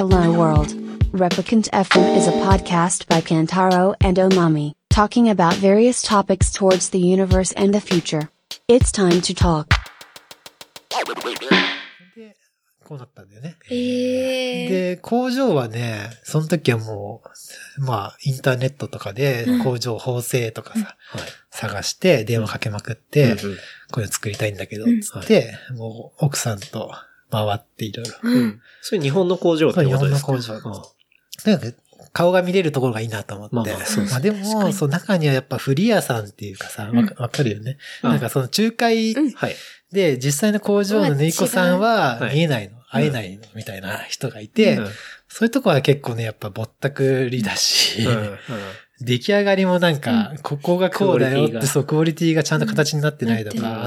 Hello World. Replicant FM is a podcast by Kantaro and Omami, talking about various topics towards the universe and the future. It's time to talk. で、こうなったんだよね。 で、 で、工場はね、その時はもう、まあ、インターネットとかで工場縫製とかさ、探して電話かけまくって、これを作りたいんだけど、つって、もう奥さんと回っていろいろ。 それ日本の工場ってことですか？ 日本の工場。なんか顔が見れるところがいいなと思って。まあでも、そう中にはやっぱフリアさんっていうかさ、わかるよね。なんかその仲介で実際の工場の縫い子さんは見えないの、会えないのみたいな人がいて、そういうとこは結構ね、やっぱぼったくりだし、出来上がりもなんか、ここがこうだよって、そう、クオリティがちゃんと形になってないとかあって、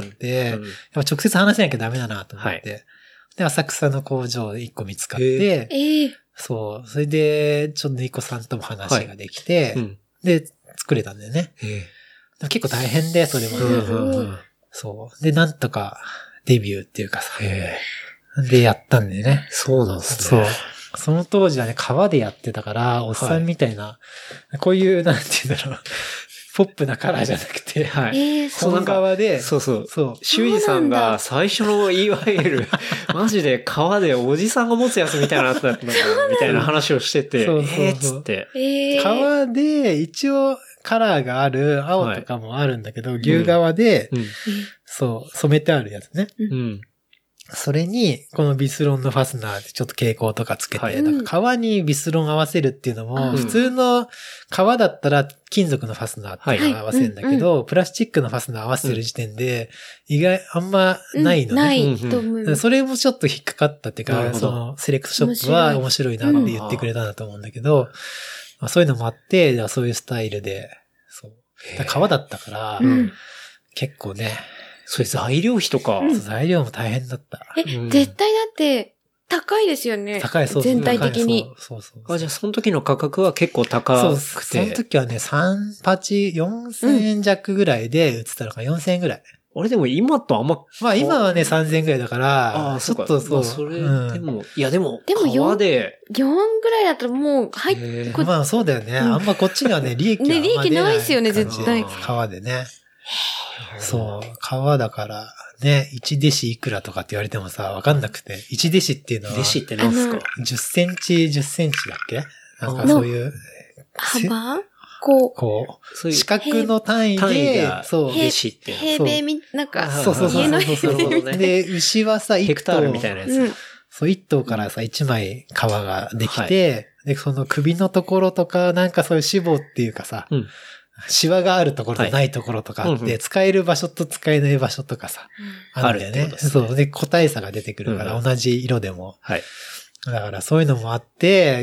やっぱ直接話せなきゃダメだなと思って、で、浅草の工場で1個見つかって、そう。それで、ちょっと縫い子さんとも話ができて、で、作れたんだよね。結構大変で、それもね。そう。で、なんとかデビューっていうかさ。で、やったんだよね。 そうなんですね。 そう。その当時はね、川でやってたから、おっさんみたいな、こういう、なんて言うんだろう。ポップなカラーじゃなくて、本革で、 そう。修二さんが最初のいわゆる、マジで川でおじさんが持つやつみたいなのあったみたいな話をしてて、つって。 革で一応カラーがある、青とかもあるんだけど、牛革で、そう、染めてあるやつね。それに、このビスロンのファスナーでちょっと蛍光とかつけて、なんか革にビスロン合わせるっていうのも、普通の革だったら金属のファスナーっていうのを合わせるんだけど、プラスチックのファスナー合わせてる時点で、意外、あんまないのね。 ないと思います。 それもちょっと引っかかったっていうか、そのセレクトショップは面白いなって言ってくれたんだと思うんだけど、そういうのもあって、そういうスタイルで、そう。革だったから、結構ね、 それ材料費とか。 材料も大変だった。 絶対だって、高いですよね。 高い、そう全体的に。 そう。 じゃあその時の価格は結構高くて。 その時はね、4000円弱ぐらいで売ってたのか、4000円ぐらい。 俺でも今とあんま。 まあ今はね、3000円ぐらいだから、ちょっとそう。 それ、でも、いやでも、革で。 4ぐらいだったらもう入って、 まあそうだよね。あんまこっちにはね、利益は利益ないですよね、絶対。 革でね。そう。革だから、ね、1デシいくらとかって言われてもさ、わかんなくて。1デシっていうのは。 デシって何すか？ 10センチ、10センチだっけ？なんかそういう。 幅？ こう、四角の単位で、そう。 デシって平米なんか、 そう。で、牛はさ、 ヘクタールみたいなやつ。 そう、1頭からさ、1枚皮ができて、で、その首のところとか、なんかそういう脂肪っていうかさ、シワがあるところとないところとかあって、使える場所と使えない場所とかさ、あるんだよね。そう。で、個体差が出てくるから、同じ色でも。だからそういうのもあって、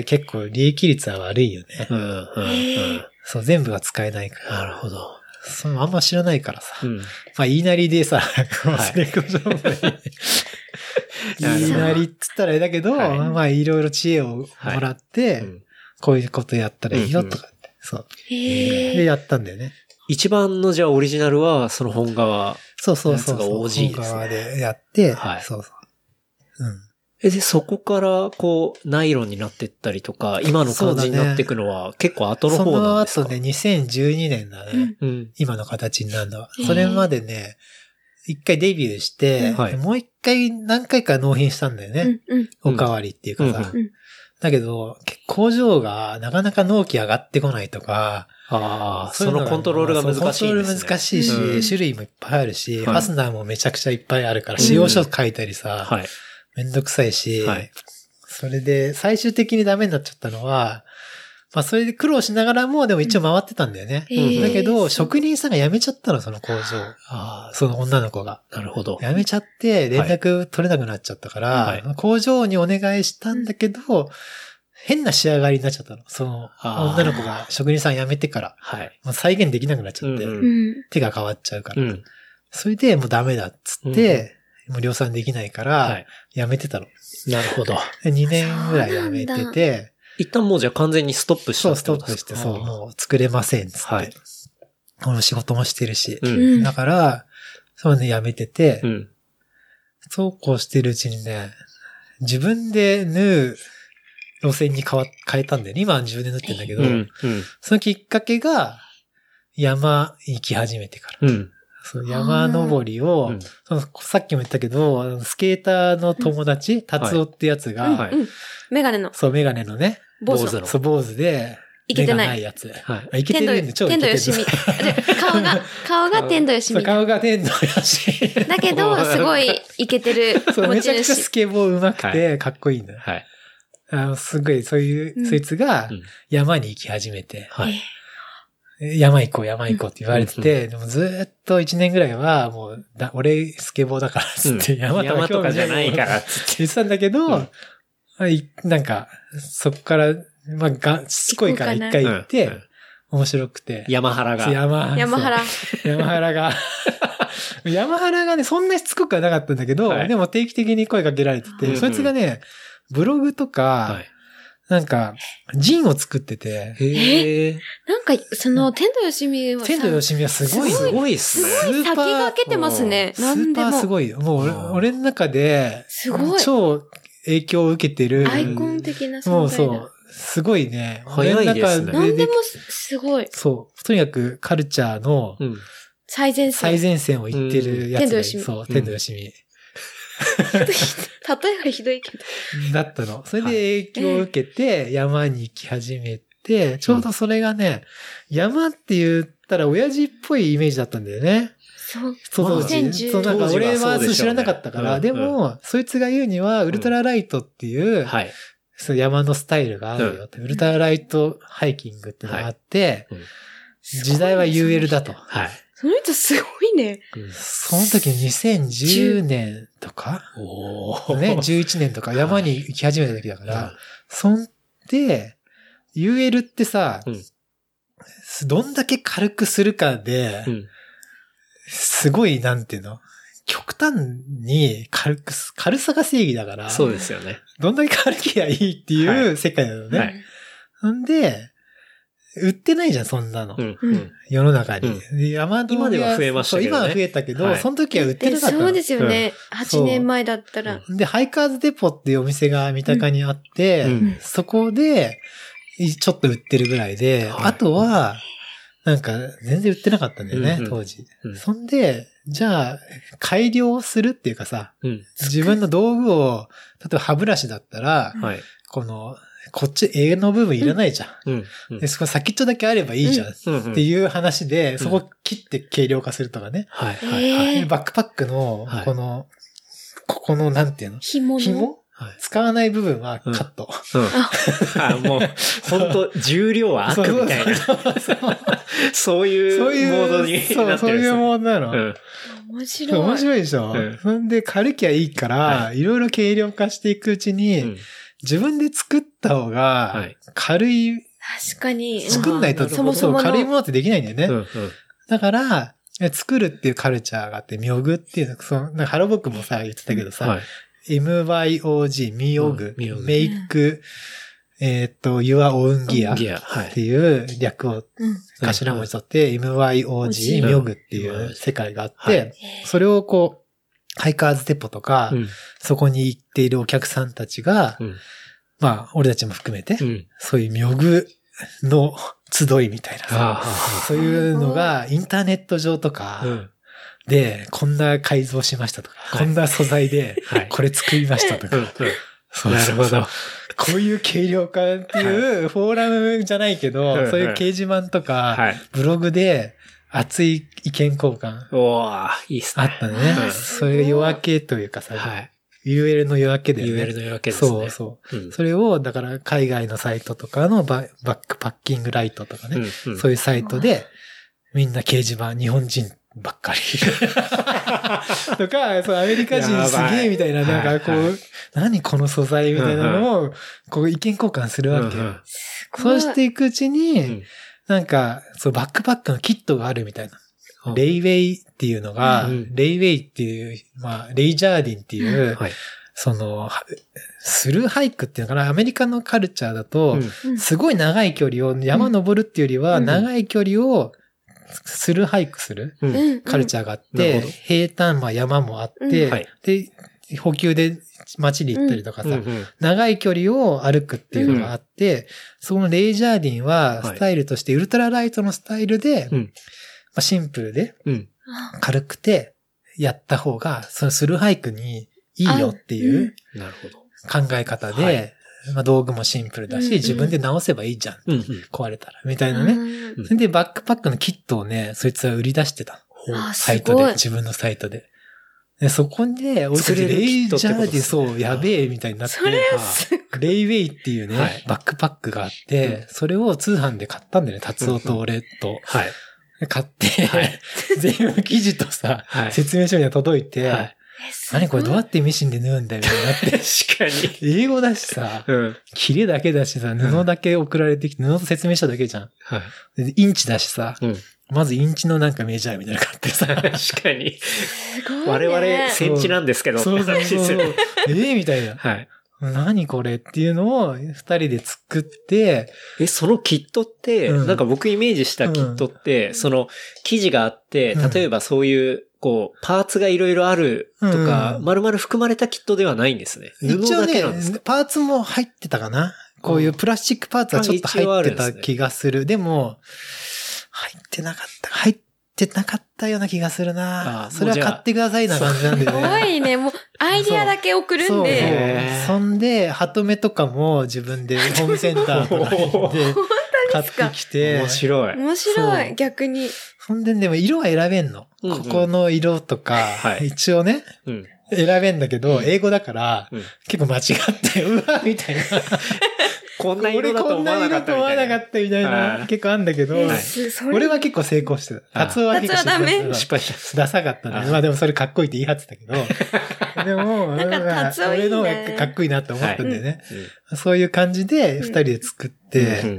結構利益率は悪いよね。そう、全部は使えないから。 なるほど。 あんま知らないからさ。まあ、言いなりでさ、セレクトショップに。言いなりっつったらあれだけど、まあ、いろいろ知恵をもらって、こういうことやったらいいよとか。そう。で、やったんだよね。 一番のじゃあオリジナルは、その本革。 そう。 が OG ですね。 本革でやって、そう。 で、そこから、こう、ナイロンになってったりとか、今の感じになっていくのは、結構後の方なんですか？ その後ね、2012年だね。今の形になるのは。それまでね、一回デビューして、もう一回何回か納品したんだよね。おかわりっていうかさ。だけど、工場がなかなか納期上がってこないとか、 そのコントロールが難しいんですね。 コントロール難しいし、種類もいっぱいあるし、ファスナーもめちゃくちゃいっぱいあるから、使用書書いたりさ、めんどくさいし、それで最終的にダメになっちゃったのは、まあそれで苦労しながらもでも一応回ってたんだよね。だけど、職人さんが辞めちゃったの、その工場。その女の子が。 なるほど。 辞めちゃって連絡取れなくなっちゃったから、工場にお願いしたんだけど、変な仕上がりになっちゃったの。その女の子が職人さん辞めてから、もう再現できなくなっちゃって、手が変わっちゃうから。それでもうダメだっつって、もう量産できないから、辞めてたの。 なるほど。 2年ぐらい辞めてて、 一旦もうじゃあ完全にストップした。 そう、ストップして、そう、もう作れませんっつって。この仕事もしてるし。だから、そうね、辞めてて、そうこうしてるうちにね、自分で縫う路線に変えたんだよね。今は10年経ってんだけど、 うんそのきっかけが山行き始めてから。そう山登りを、さっきも言ったけど、スケーターの友達、達夫ってやつが、 メガネの。 そう、メガネのね、 坊主の。 そう、坊主で、 いけてない。 やつ。いけてるんで、超天童よしみ。顔が天童よしみ。 顔が天童よしみ。 だけど、すごいイケてる持ち主。 めちゃくちゃスケボー上手くて、かっこいいんだよ。すごい、そういう、そいつが山に行き始めて、山行こうって言われてて、でもずっと1年ぐらいは、もう、俺スケボーだからつって、山とかじゃないからつって言ってたんだけど、なんか、そこから、まあ、しつこいから一回行って、面白くて。 山原が。 山原がね、そんなしつこくはなかったんだけど、でも定期的に声かけられてて、そいつがね、ブログとか、なんか、ジンを作ってて。 なんか、その、天童よしみは天童よしみはすごい。 すごいっすね。 すごい先駆けてますね。なんでも。 スーパーすごいよ。もう、俺の中で、 すごい。 超影響を受けてる。 アイコン的な存在だ。 もうそう。すごいね。 早いですね。 なんでもすごい。 そう。とにかくカルチャーの最前線を言ってるやつがそう、天童よしみ。 例えがひどいけど。 だったの。それで影響を受けて山に行き始めて、ちょうどそれがね、山って言ったら親父っぽいイメージだったんだよね。 そう。 そう、なんか俺は知らなかったから、でも、そいつが言うには、ウルトラライトっていう、そう山のスタイルがあるよって、ウルトラライトハイキングってのがあって、時代は UL だと。 その人すごいね。 その時2010年とかね、11年とか山に行き始めた時だから、そんで、UL ってさ、どんだけ軽くするかで、すごい、なんていうの極端に軽さが正義だから。 そうですよね。 どんだけ軽きゃいいっていう世界なのね。んで、売ってないじゃん、そんなの。世の中に。 今では増えましたけどね。 今は増えたけど、その時は売ってなかったの。 そうですよね。8年前だったら。 で、ハイカーズデポっていうお店が三鷹にあって、そこで、ちょっと売ってるぐらいで、あとは、なんか、全然売ってなかったんだよね、当時。そんで、じゃあ、改良するっていうかさ、自分の道具を、例えば歯ブラシだったら、こっち絵の部分いらないじゃん。で、そこ先っちょだけあればいいじゃん。っていう話で、そこ切って軽量化するとかね。バックパックの、ここの、なんていうの紐使わない部分はカット。 もう、本当重量は悪みたいな。そういうモードになってる。 そういうモードなの。 面白い。 面白いでしょ。そんで軽きゃいいから、いろいろ軽量化していくうちに、自分で作った方が、軽い。 確かに。 作んないと、そもそも軽いものってできないんだよね。だから、作るっていうカルチャーがあって、ミョグっていう、ハロボクもさ、言ってたけどさ、MYOG、ミヨグ、メイク、Your Own Gear っていう略を頭文字取って、MYOG、ミヨグっていう世界があって、それをこう、ハイカーズデポとか、そこに行っているお客さんたちが、まあ、俺たちも含めて、そういうミョグの集いみたいな、そういうのがインターネット上とか、で、こんな改造しましたとか、こんな素材で、これ作りましたとか。 なるほど。 こういう軽量化っていうフォーラムじゃないけど、そういう掲示板とか、ブログで熱い意見交換。 いいっすね。 あったね。それが夜明けというかさ、UL の夜明けだよね。 UL の夜明けですね。 そうそう。それを、だから海外のサイトとかのバックパッキングライトとかね、そういうサイトで、みんな掲示板、日本人ばっかり。とか、そう、アメリカ人すげえみたいな、なんかこう、何この素材みたいなのを、こう意見交換するわけよ。そうしていくうちに、なんか、そう、バックパックのキットがあるみたいな。レイウェイっていうのが、レイウェイっていう、まあ、レイジャーディンっていう、その、スルーハイクっていうのかな、アメリカのカルチャーだと、すごい長い距離を、山登るっていうよりは、長い距離を、スルーハイクするカルチャーがあって、平坦、まあ山もあって、で、 補給で街に行ったりとかさ、長い距離を歩くっていうのがあって、そのレイジャーディンはスタイルとしてウルトラライトのスタイルで、シンプルで軽くてやった方が、そのスルーハイクにいいよっていう考え方で、道具もシンプルだし、自分で直せばいいじゃん。壊れたら。みたいなね。それでバックパックのキットをね、そいつは売り出してた。サイトで、自分のサイトで。でそこで、俺たちレイジャーでそう、やべえみたいになって、レイウェイっていうね、バックパックがあって、それを通販で買ったんだよね、達夫と俺と。買って、全部記事とさ、説明書には届いて、何これどうやってミシンで縫うんだよみたいになって。 確かに。 英語だしさ、切れだけだしさ、布だけ送られてきて、布と説明書だけじゃん。インチだしさ、まずインチのなんかメジャーみたいなの買ってさ。 確かに。我々センチなんですけど。 そう。みたいな。何これっていうのを二人で作って、 そのキットって、なんか僕イメージしたキットって、その生地があって、例えばそういう、パーツがいろいろあるとか、丸々含まれたキットではないんですね。布だけなんですか？ パーツも入ってたかな？こういうプラスチックパーツはちょっと入ってた気がする。でも、入ってなかったような気がするな。それは買ってくださいな感じなんでね。 すごいね。もう、アイディアだけ送るんで。 そんで、ハトメとかも自分でホームセンターとかで買ってきて。 面白い。 面白い、逆に。 そんで、でも色は選べんの。ここの色とか、一応ね、選べんだけど、英語だから、結構間違って、うわみたいな。 こんな色だと思わなかったみたいな。 俺こんな色と思わなかったみたいな、結構あんだけど、俺は結構成功してた。達夫は結構失敗した。ダサかったね。まあでもそれかっこいいって言い張ってたけど、でも、 なんか達夫いいね。 俺の方がかっこいいなって思ったんだよね。そういう感じで二人で作って、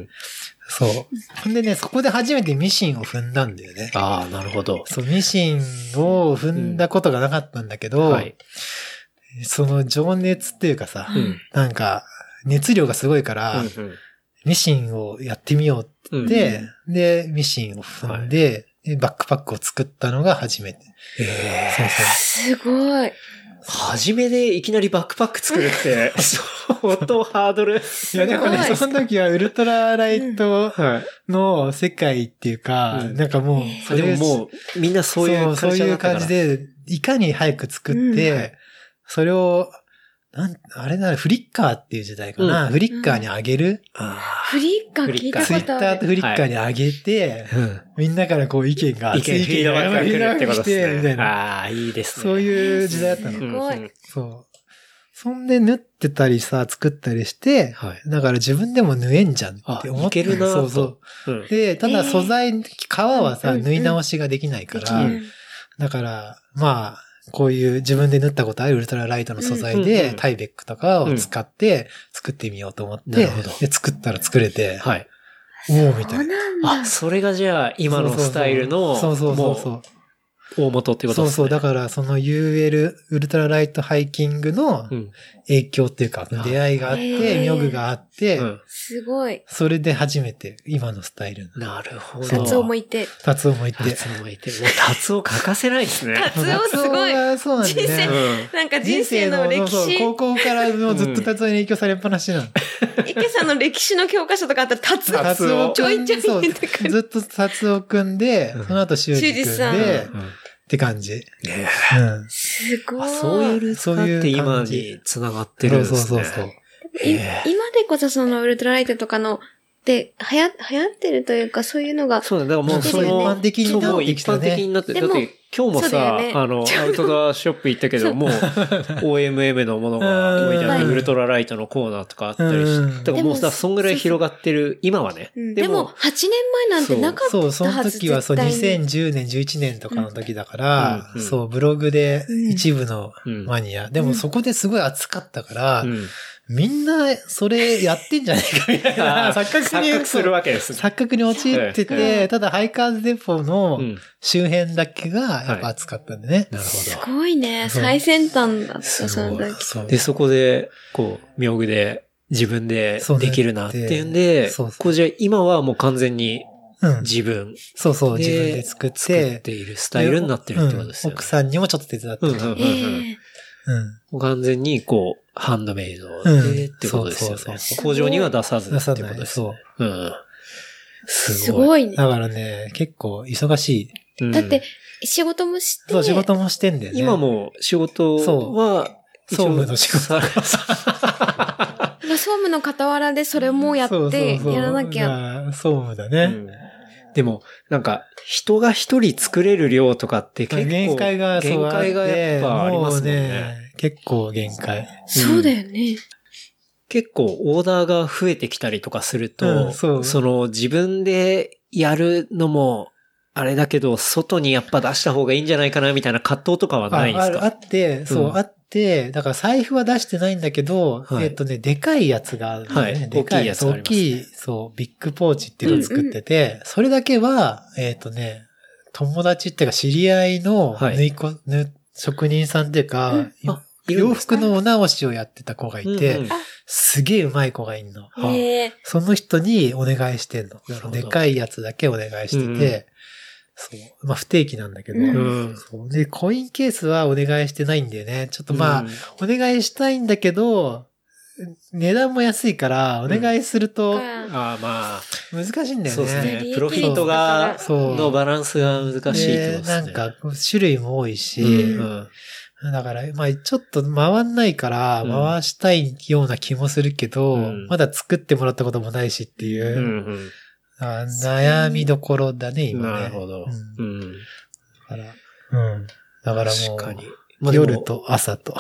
そう。ほんでね、そこで初めてミシンを踏んだんだよね。 ああ、なるほど。 そう、ミシンを踏んだことがなかったんだけど、その情熱っていうかさ、なんか、熱量がすごいから、ミシンをやってみようって、で、ミシンを踏んで、バックパックを作ったのが初めて。 すごい。 初めでいきなりバックパック作るって、相当ハードル。 いやでもね、その時はウルトラライトの世界っていうか、なんかもう、 でももう、みんなそういう感じで、いかに早く作って、それを、あれフリッカーっていう時代かな。フリッカーにあげる。 フリッカー聞いたことある。 ツイッターとフリッカーにあげて、みんなからこう意見が、 フィードバックが来るってことですね。 みたいな。 ああ、いいですね。 そういう時代だったの。 すごい。 そう。そんで縫ってたりさ、作ったりして、だから自分でも縫えんじゃんって思って。 いけるなそうそう。で、ただ素材、革はさ、縫い直しができないから、だから、まあ、こういう自分で縫ったことあるウルトラライトの素材で、タイベックとかを使って作ってみようと思って、で作ったら作れて、おーみたいな。 あ、それがじゃあ今のスタイルの、大元っていうことですね。 そうそう。だから、その UL、ウルトラライトハイキングの影響っていうか、出会いがあって、ミョグがあって、 すごい。 それで初めて、今のスタイル。 なるほど。 達夫もいて。 達夫もいて。 もう達夫欠かせないですね。 達夫すごい。 そうなんだね。 なんか人生の歴史。 高校からもうずっと達夫に影響されっぱなしなの。 池さんの歴史の教科書とかあったら達夫ちょいちょい出てくる。ずっと達夫くんで、その後修二くんで、って感じ。 すごい。 そういうルーツがあって今に繋がってるんですね。そう。 今でこそそのウルトラライトとかの、で、流行ってるというかそういうのが。 そうだ、だからもうその、 一般的になってきたね。 一般的になって、だって今日もさ、アウトドアショップ行ったけど、もう OMM のものが置いてあって、ウルトラライトのコーナーとかあったりして、だからもうさ、そんぐらい広がってる、今はね。 でも、8年前なんてなかったはず。 そう、その時はそう、2010年、11年とかの時だから、そう、ブログで一部のマニア。でもそこですごい熱かったから、みんな、それやってんじゃないかみたいな、錯覚するわけです。 錯覚に陥ってて、ただハイカーズデポの周辺だけがやっぱ熱かったんでね。 なるほど。 すごいね。最先端だった、その時。 で、そこで、こう、妙具で自分でできるなっていうんで、こうじゃあ今はもう完全に自分。 そうそう、自分で作っているスタイルになってるってことですよね。 奥さんにもちょっと手伝って。 うん。 完全にこう、ハンドメイドでってことですよね。 そうそう工場には出さずってことです。 そう。 うん。 すごいね。 だからね、結構忙しい。 だって、仕事もして。 そう、仕事もしてんだよね。 今も仕事は、 総務の仕事。 総務の傍らでそれもやって、やらなきゃ。 総務だね。 でも、なんか、人が一人作れる量とかって結構、 限界がやっぱありますもんね。 結構限界。 そうだよね。 結構オーダーが増えてきたりとかすると、その自分でやるのも、あれだけど、外にやっぱ出した方がいいんじゃないかなみたいな葛藤とかはないですか？ あって、あって、だから財布は出してないんだけど、でかいやつがあるね。でかいやつ。大きい、ビッグポーチっていうのを作ってて、それだけは、友達っていうか知り合いの職人さんっていうか、洋服のお直しをやってた子がいて、すげえ上手い子がいんの。その人にお願いしてんの。でかいやつだけお願いしてて、そう。まあ、不定期なんだけど。そうで、コインケースはお願いしてないんだよね。ちょっとまあ、お願いしたいんだけど、値段も安いから、お願いすると、 まあ、 難しいんだよね。 そうですね。プロフィットのバランスが難しいってことですね。 なんか、種類も多いし、だから、まあ、ちょっと回んないから、回したいような気もするけど、まだ作ってもらったこともないしっていう。悩みどころだね、今ね。 なるほど。 だからもう、夜と朝と。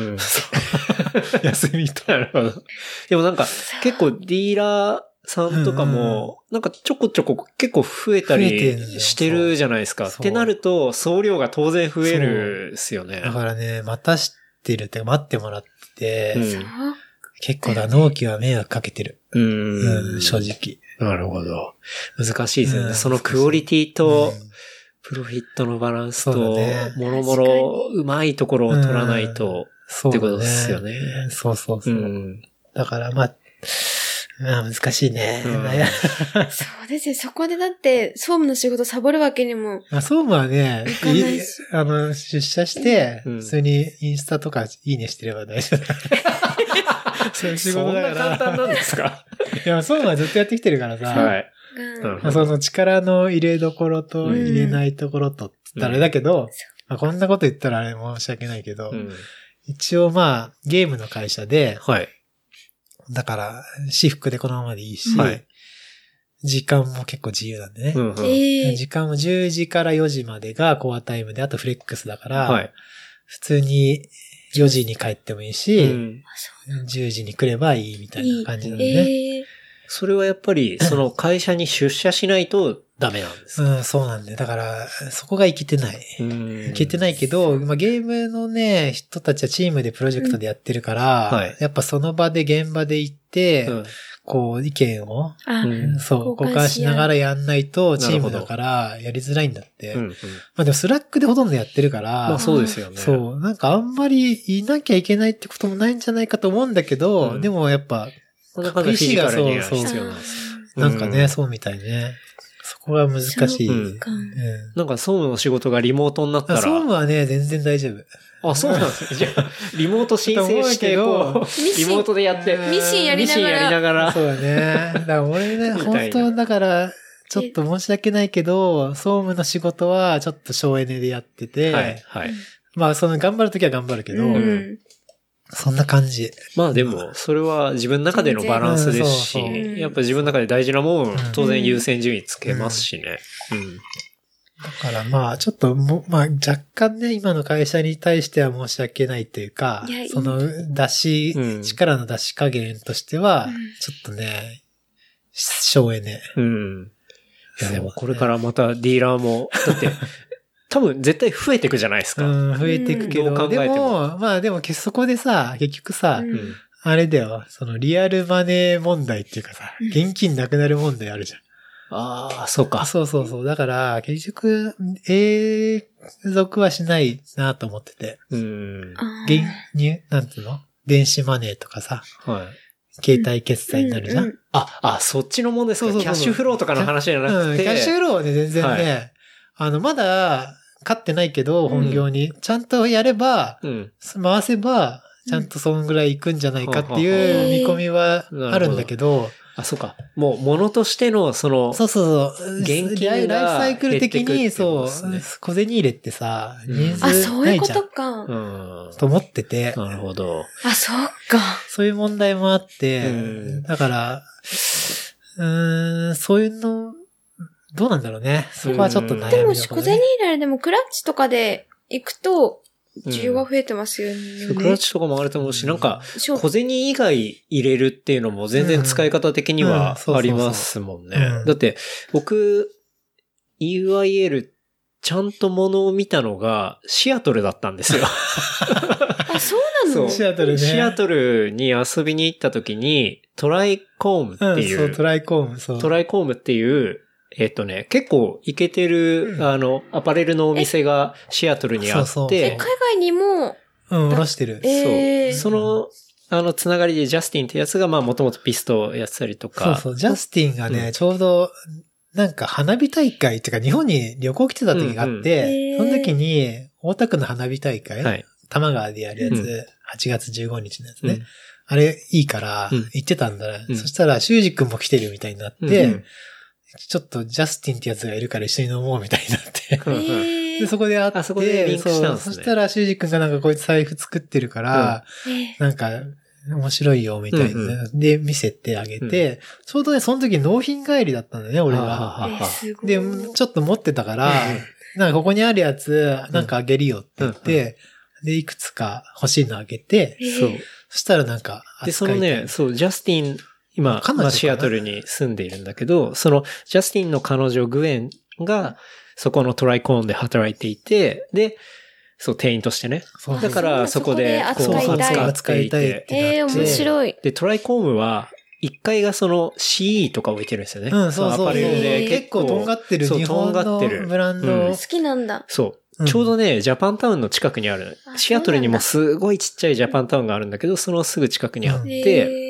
休みと。 なるほど。でもなんか、結構ディーラーさんとかも、なんかちょこちょこ結構増えたりしてるじゃないですか。ってなると、送料が当然増えるですよね。 だからね、待たしてるって待ってもらって、結構納期は迷惑かけてる。正直。 なるほど。難しいですよね。そのクオリティと、プロフィットのバランスと、もろもろうまいところを取らないと、ってことですよね。 そう。だからまあ、難しいね。 そうですよ。そこでだって、総務の仕事サボるわけにも。 総務はね、出社して、普通にインスタとかいいねしてれば大丈夫。そういう仕事だから。 そんな簡単なんですか？ いや、総務はずっとやってきてるからさ。その力の入れどころと入れないところとって言ったらあれだけど、こんなこと言ったらあれ申し訳ないけど、一応まあ、ゲームの会社で、だから、私服でこのままでいいし、時間も結構自由なんでね。時間も10時から4時までがコアタイムで、あとフレックスだから、普通に4時に帰ってもいいし、10時に来ればいいみたいな感じなんでね。 それはやっぱり、その会社に出社しないとダメなんですか？ そうなんだよ。だから、そこがいけてない。いけてないけど、まあ、ゲームのね、人たちはチームでプロジェクトでやってるから、やっぱその場で現場で行って、こう、意見を、交換しながらやんないと、チームだからやりづらいんだって。まあでもスラックでほとんどやってるから、 まあそうですよね。 そう、なんかあんまりいなきゃいけないってこともないんじゃないかと思うんだけど、でもやっぱ、PC がそう、なんかね、そうみたいね。そこが難しい。 なんか総務の仕事がリモートになったら。 総務はね、全然大丈夫。 そうなんですね。じゃあ、リモート申請して、リモートでやって、 ミシンやりながら。 そうだね。だから俺ね、本当だから、ちょっと申し訳ないけど、総務の仕事はちょっと省エネでやってて、まあ、頑張るときは頑張るけど、そんな感じ。 まあでも、それは自分の中でのバランスですし、やっぱ自分の中で大事なものを当然優先順位つけますしね。 だからまあ、ちょっとまあ若干ね、今の会社に対しては申し訳ないというか、その力の出し加減としては、ちょっとね、省エネ。 いやでもこれからまたディーラーも、だって、多分絶対増えていくじゃないですか。 増えていくけど、でも、まあでもそこでさ、結局さ、あれだよ、そのリアルマネー問題っていうかさ、現金なくなる問題あるじゃん。 そうか。 そう。だから、結局、永続はしないなと思ってて。なんつうの？電子マネーとかさ。携帯決済になるじゃん。 そっちのもんですか？キャッシュフローとかの話じゃなくて。 キャッシュフローはね、全然ね、まだ、 勝ってないけど、本業に、ちゃんとやれば、回せば、ちゃんとそんぐらい行くんじゃないかっていう見込みはあるんだけど、 あ、そうか。もう、物としての、そうそうそう。 現金がライフサイクル的に、そう、小銭入れってさ、人数ないじゃん。 そういうことか。 と思ってて。 なるほど。 あ、そうか。 そういう問題もあって、だから、そういうの、どうなんだろうね。そこはちょっと悩みだ、ね。 でも、小銭入れでもクラッチとかで行くと、需要が増えてますよね。 クラッチとかもあると思うし、なんか、小銭以外入れるっていうのも全然使い方的にはありますもんね。だって、僕、EYL ちゃんとものを見たのがシアトルだったんですよ。 あ、そうなの？ そう。シアトルね。 シアトルに遊びに行った時に、トライコームっていう。 そう、トライコーム、そう。 トライコームっていう、結構イケてる、アパレルのお店がシアトルにあって。そう海外にも、 下ろしてる。 そう。つながりでジャスティンってやつが、まあ、もともとピストやってたりとか。 そう、ジャスティンがね、ちょうど、なんか花火大会っていうか日本に旅行来てた時があって、その時に大田区の花火大会、多摩川でやるやつ、8月15日のやつね。あれいいから行ってたんだね。そしたら修二くんも来てるみたいになって、ちょっとジャスティンってやつがいるから一緒に飲もうみたいになって。でそこで会って、 そこでリンクしたんですね。 そしたら修二くんがなんかこいつ財布作ってるから、なんか、面白いよ、みたいな、で、見せてあげて、ちょうどね、その時納品帰りだったんだね、俺が。で、ちょっと持ってたから、なんかここにあるやつ、なんかあげるよって言って、で、いくつか欲しいのあげて、そしたらなんか、 で、そのね、そう、ジャスティン、今、シアトルに住んでいるんだけど、その、ジャスティンの彼女グエンが、そこのトライコーンで働いていて、で、そう、店員としてね。だから、そこで、 扱いたいって。 面白い。 で、トライコームは、1階がその CE とか置いてるんですよね。 そう。 アパレルで結構とんがってる。 そう、とんがってる。 ブランド。 好きなんだ。 そう。ちょうどね、ジャパンタウンの近くにある。シアトルにもすごいちっちゃいジャパンタウンがあるんだけど、そのすぐ近くにあって、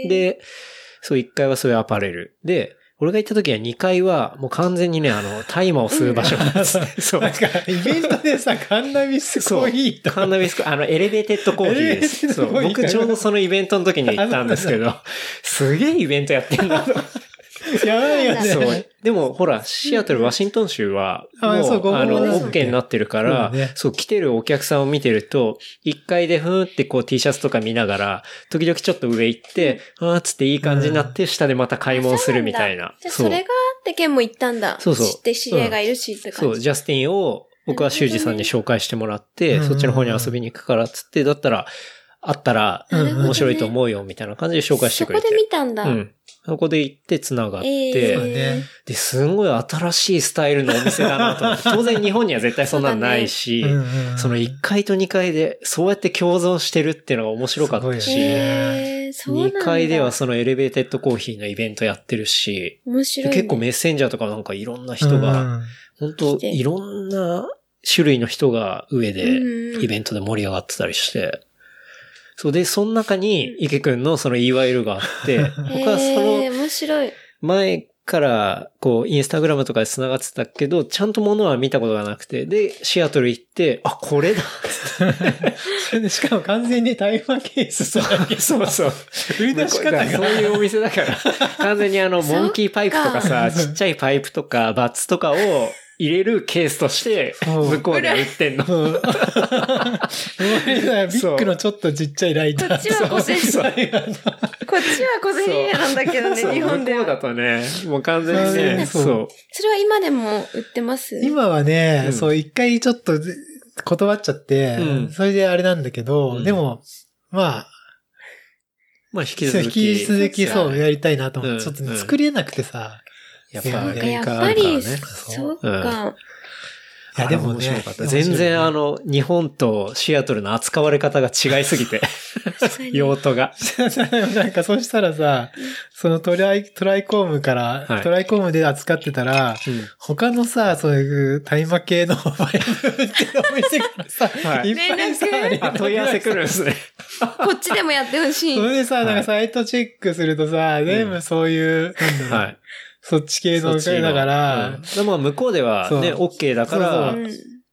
で、そう、1階はそういうアパレル。で、俺が行った時は2階はもう完全にね、大麻を吸う場所なんですね。そう。 なんか、イベントでさ、カンナビスコーヒーと。 カンナビスコーヒー、エレベーテッドコーヒーです。そう。僕ちょうどそのイベントの時に行ったんですけど、すげえイベントやってんだと。 やばいよね。 そう。でも、ほら、シアトル、ワシントン州は、もう、OK になってるから、そう、来てるお客さんを見てると、1階でふーってこう T シャツとか見ながら、時々ちょっと上行って、つっていい感じになって、下でまた買い物するみたいな。 じゃあ、それがあってケンも行ったんだ。 そう。 知って知り合いがいるしって感じ。 そう、ジャスティンを、僕は修二さんに紹介してもらって、そっちの方に遊びに行くからっつって、だったら、あったら、面白いと思うよ、みたいな感じで紹介してくれて。 そこで見たんだ。 そこで行って繋がって、で、すんごい新しいスタイルのお店だなと思って。当然日本には絶対そんなのないし、その1階と2階でそうやって共存してるっていうのが面白かったし、2階ではそのエレベーテッドコーヒーのイベントやってるし、 面白い、 結構メッセンジャーとかなんかいろんな人が、本当いろんな種類の人が上でイベントで盛り上がってたりして、そうで、その中に池くんのその EYL があって、僕はその、 面白い。 前からこうインスタグラムとかで繋がってたけど、ちゃんと物は見たことがなくて、で、シアトル行って、あ、これだしかも完全に大麻ケースそう。売り出し方が。そういうお店だから、完全にモンキーパイプとかさ、ちっちゃいパイプとかバッツとかを、入れるケースとして、向こうで売ってんの。ビッグのちょっとちっちゃいライター。 こっちは5000円。こっちは5000円なんだけどね、日本では。 向こうだとね、もう完全にね、そう。 それは今でも売ってます？ 今はね、そう、一回ちょっと断っちゃって、それであれなんだけど、でも、まあ引き続きそうやりたいなと思って、ちょっと作り得なくてさ、 やっぱり、そうか。 いや、でも面白かった。全然日本とシアトルの扱われ方が違いすぎて。用途が。 なんかそしたらさ、そのトライコームから、トライコームで扱ってたら、他のさ、そういう大麻系のバイブってお店からさ、いっぱいさ、 問い合わせ来るんですね。 こっちでもやってほしい。 それでさ、なんかサイトチェックするとさ、全部そういう、なんだろう。そっち系のだから、 まあ向こうではね、OK だから、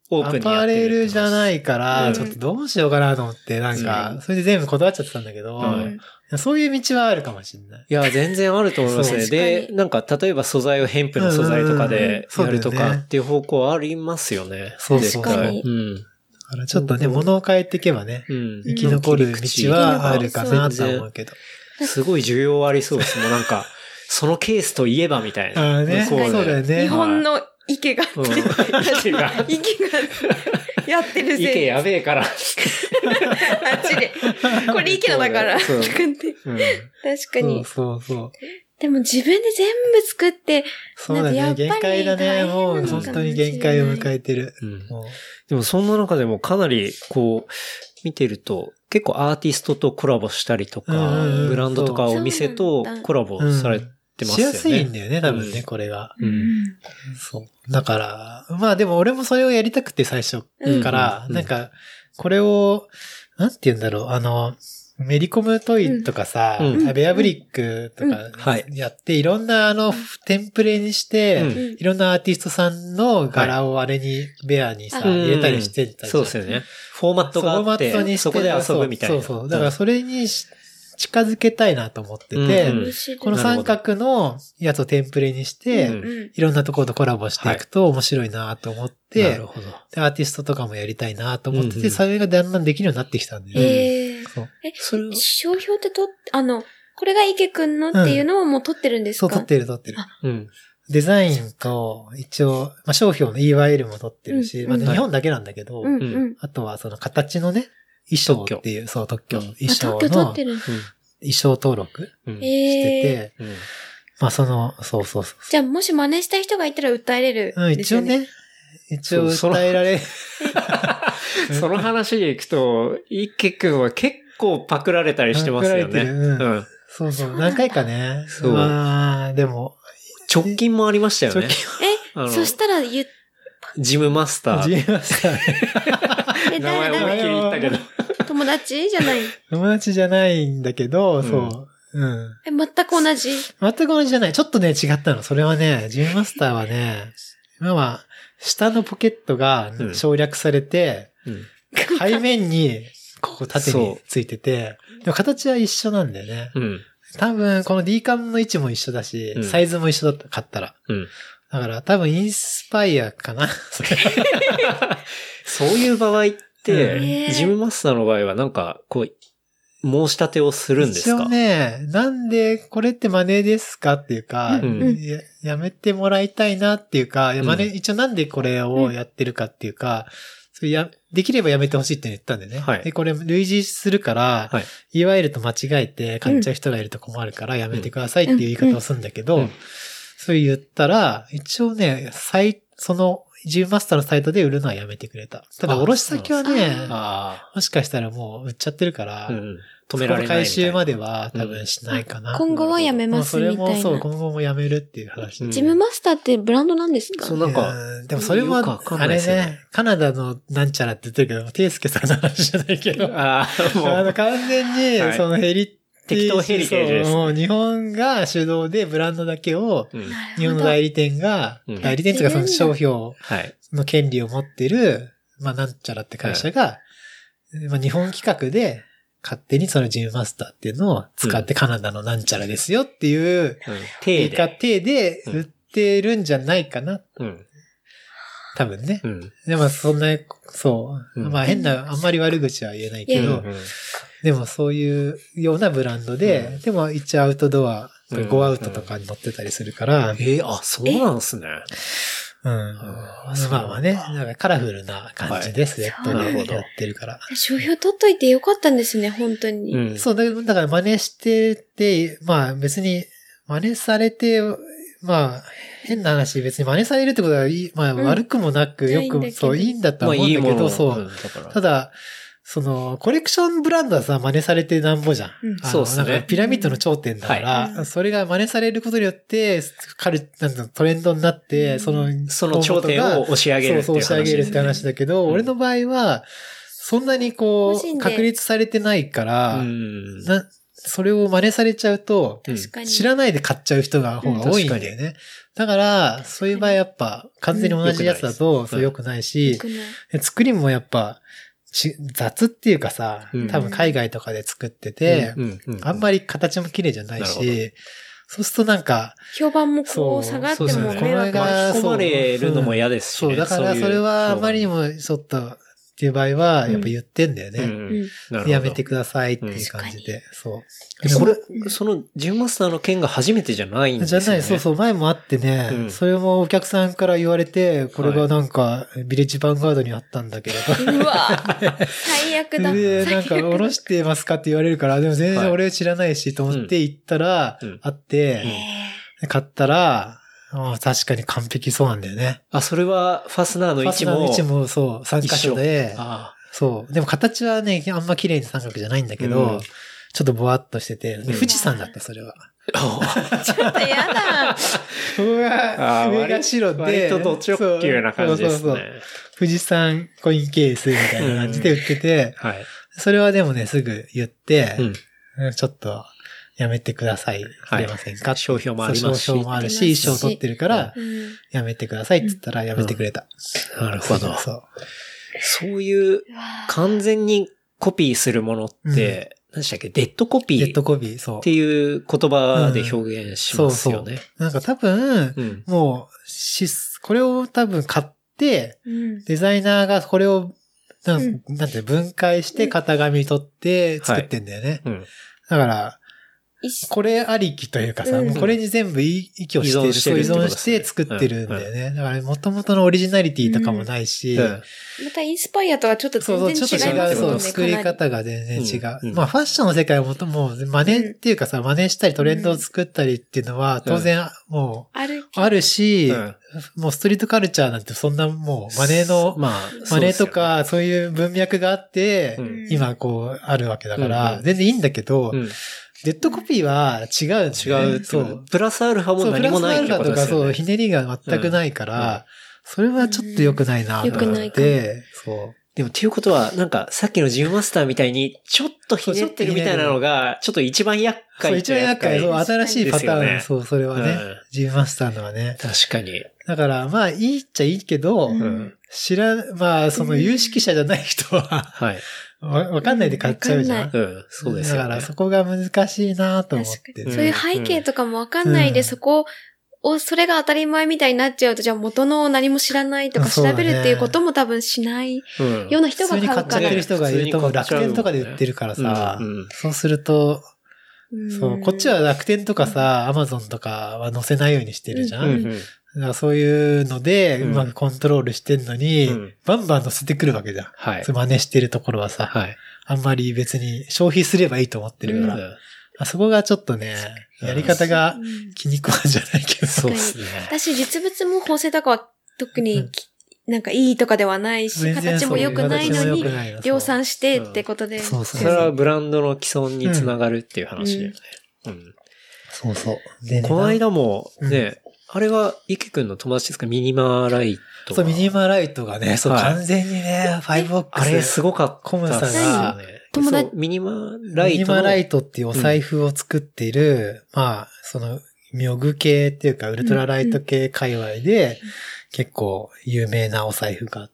オープンにやアパってる。 レルじゃないから、 うんちょっとどうしようかなと思って、なんか、それで全部断っちゃってたんだけど、そういう道はあるかもしれない。 いや、全然あると思いますね。 そうで、なんか、例えば素材をヘンプの素材とかでやるとかうんうんうんそうだよねっていう方向はありますよね。 そうそう絶対確かにうん。 だからちょっとね、物を変えていけばね、 うん。 生き残る道はあるかなとは思うけど。 すごい需要ありそうです。もうなんか、そのケースといえばみたいな。 ああね、そう向こでだよね。 日本の池が、 うん池がやってるせい。 池やべえから。 あっちで。これ池のだから。 そうとかってうん確かに。 そうそう。 でも自分で全部作って、 そうだね、限界だね。もう本当に限界を迎えてる。 うんもうでもそんな中でもかなりこう、見てると結構アーティストとコラボしたりとか、 うんブランドとかお店とコラボされてますよね。 しやすいんだよね、多分ね、 うんこれが。 うんそう。だから、まあでも俺もそれをやりたくて最初から、 うんなんか、これを、なんて言うんだろう、メリコムトイとかさ、 うんベアブリックとかはいやって、いろんなテンプレにして、 うんいろんなアーティストさんの柄をあれに、ベアにさ、 うん入れたりしてたじゃん。 そうですよね。フォーマットがあって、 フォーマットにしてそこで遊ぶみたいな。 そうそう。だからそれに近づけたいなと思ってて、 うん面白いこの三角のやつをテンプレにして、 うんいろんなところとコラボしていくと面白いなと思って、 なるほど。 で、アーティストとかもやりたいなと思ってて、 うんうんそれがだんだんできるようになってきたんで、そうそれを商標ってこれが池くんのっていうのをもう取ってるんですそう、 か？ 撮ってる。 うん。 デザインと、一応、まあ、商標の EYL も撮ってるし、 うんまあ、日本だけなんだけど、 うんうん。 あとはその形のね、衣装っていう、そう、特許、衣あ、 装取のってる。 衣装登録うん。 してて、 うんまあそうそう。 じゃあもし真似した人がいたら訴えれるうん、 んですよね。 一応訴えられ、 その話でいくと、池くんは結構パクられたりしてますよね。 パクられてるうんそうそう、何回かね。 そうまあ、でも、 直近もありましたよね。 そしたらジムマスター。 ジムマスターえ、 名前思いっきり言ったけど。 友達じゃない。 友達じゃないんだけど、そう。うん。 え、全く同じ。 全く同じじゃない。ちょっとね、違ったの。それはね、ジムマスターはね、今は、下のポケットが省略されて、 うん背面に、ここ縦についてて、でも形は一緒なんだよね。 うん。 多分、この D カムの位置も一緒だし、 うんサイズも一緒だった、買ったら。 うん。 だから多分インスパイアかなそれそういう場合って、 うんジムマスターの場合はなんか、こう、申し立てをするんですか？ 一応ね、なんでこれって真似ですかっていうか、 うんやめてもらいたいなっていうか、真似、 うん一応なんでこれをやってるかっていうか、それできればやめてほしいって言ったんでね。 はいで、これ類似するから、 はい。 いわゆると間違えて買っちゃう人がいると困るからやめてくださいっていう言い方をするんだけど、 うんそれ言ったら、一応ね、その、ジムマスターのサイトで売るのはやめてくれた。ただ、 あ卸先はね、 あもしかしたらもう売っちゃってるから、 あ。うん。止められないみたいな。 回収までは多分しないかな。 今後はやめもうそれますみたいもそう、 な。 今後もやめるっていう話。 うんジムマスターってブランドなんですか？ そうなんか、 でもそれも、 よくわかんなあれいですよねね、カナダのなんちゃらって言ってるけど、テイスケさんの話じゃないけど、 ああ、もう、 完全には、いそのヘリ適当ヘリテージですねそうもう日本が主導でブランドだけを、 うん日本の代理店が、 うん代理店というかその商標はい。 の権利を持ってる、まあなんちゃらって会社が、まあ日本企画で、勝手にそのジムマスターっていうのを使ってカナダのなんちゃらですよっていう、 うん。手で。 手で売ってるんじゃないかな。 うん。 多分ね。 うん。 でもそんな、そう。 うんまあ変な、あんまり悪口は言えないけいやど、でもそういうようなブランドで、でも一応アウトドア、 うんゴーアウトとかに載ってたりするから、 あ、そうなんすね。 まあまあね、なんかカラフルな感じでスウェットはいでやってるから。 商標取っといてよかったんですね、本当に。 うん。 そう、だから真似してて、まあ別に真似されて、まあ変な話、別に真似されるってことはいい、まあ悪くもなく、 うんよく、 いいんだけどそう、いいんだとまあは思うんだけど、 いいものそう。 んだからただ、その、コレクションブランドはさ、真似されてなんぼじゃん。 うんあのそうっすねなんかピラミッドの頂点だから、 はいそれが真似されることによって、なんだトレンドになって、その頂点を押し上げるっていう話ですね。 そう、押し上げるって話だけど、 うん俺の場合は、そんなにこう、 個人で確立されてないから、 うん。 それを真似されちゃうと、 確かに。 知らないで買っちゃう人が方が多いんだよね。だから、そういう場合やっぱ、完全に同じやつだと、そう良くないし、作りもやっぱ、雑っていうかさ、多分海外とかで作ってて、あんまり形も綺麗じゃないし、そうするとなんか、 評判もこう下がっても迷惑が巻き込まれるのも嫌ですしね。 そう、だからそれはあまりにもちょっとっていう場合は、やっぱ言ってんだよね。やめてくださいっていう感じで。そう。 これ、そのジムマスターの件が初めてじゃないんですよね。 じゃない、そうそう、前もあってね、それもお客さんから言われて、これがなんか、ビレッジヴァンガードにあったんだけれど。 うわ最悪だ。 で、なんか、おろしてますかって言われるから、でも全然俺知らないし、と思って行ったら、あって、買ったら、確かに完璧そうなんだよね。 それはファスナーの位置も。 ファスナーの位置もそう、3箇所で、そう。でも形はね、あんま綺麗に三角じゃないんだけど、ちょっとぼわっとしてて、富士山だった、それは。 ちょっとやだ。 上が白で。 割とド直球な感じですね。そう富士山コインケースみたいな感じで売ってて、それはでもね、すぐ言って、ちょっとやめてください。くれませんか、 商標もありますし。 商標もあるし、一生取ってるから、やめてくださいって言ったらやめてくれた。 なるほど。そういう完全にコピーするものって、何でしたっけ、デッドコピーそう。 っていう言葉で表現しますよね。 そう。なんか多分、もう、これを多分買って、デザイナーがこれを、なんて分解して型紙取って作ってんだよね。だから、これありきというかさ、もうこれに全部依拠してる、依存して作ってるんだよね。だから元々のオリジナリティとかもないし、 またインスパイアとはちょっと全然違いますよね。 そう、作り方が全然違う。まあファッションの世界はもう真似っていうかさ、真似したりトレンドを作ったりっていうのは当然もうあるし、もうストリートカルチャーなんてそんなもう真似とかそういう文脈があって、今こうあるわけだから、全然いいんだけど、デッドコピーは違う、 違う。そう。プラスアルファも何もないってことですよね。プラスアルファとかそう、 ひねりが全くないから、それはちょっと良くないなと思って、そう。 でもっていうことは、なんかさっきのジムマスターみたいに、ちょっとひねってるみたいなのが、ちょっと一番厄介。 そう、一番厄介。そう、新しいパターン。そう、それはね。ジムマスターのはね。 確かに。 だから、まあ、いいっちゃいいけど、まあ、その有識者じゃない人は、はい。わかんないで買っちゃうじゃん。 そうですよね。 だからそこが難しいなと思って。 そういう背景とかもわかんないで、それが当たり前みたいになっちゃうと、じゃあ元の何も知らないとか調べるっていうことも多分しないような人が買うから。 普通に買っちゃってる人がいると思う。楽天とかで売ってるからさ、そうすると、そう、こっちは楽天とかさ、アマゾンとかは載せないようにしてるじゃん。だからそういうので、うまくコントロールしてんのに、バンバン載せてくるわけじゃん。はい。真似してるところはさ、はい。あんまり別に消費すればいいと思ってるから。そこがちょっとね、やり方が気に食わんじゃないけど。 そうですね。私、実物も縫製とかは特になんかいいとかではないし、形も良くないのに、量産してってことで。 そうそう。それはブランドの既存につながるっていう話だよね。 そうそう。 この間もね、あれは、池くんの友達ですか？ミニマライト。 そう、ミニマライトがね、そう、完全にね、5ボックス。 あれすごかった。 コムさが、 友達、 ミニマライト。 ミニマライトっていうお財布を作っている、まあ、その、ミョグ系っていうか、ウルトラライト系界隈で、結構有名なお財布があって、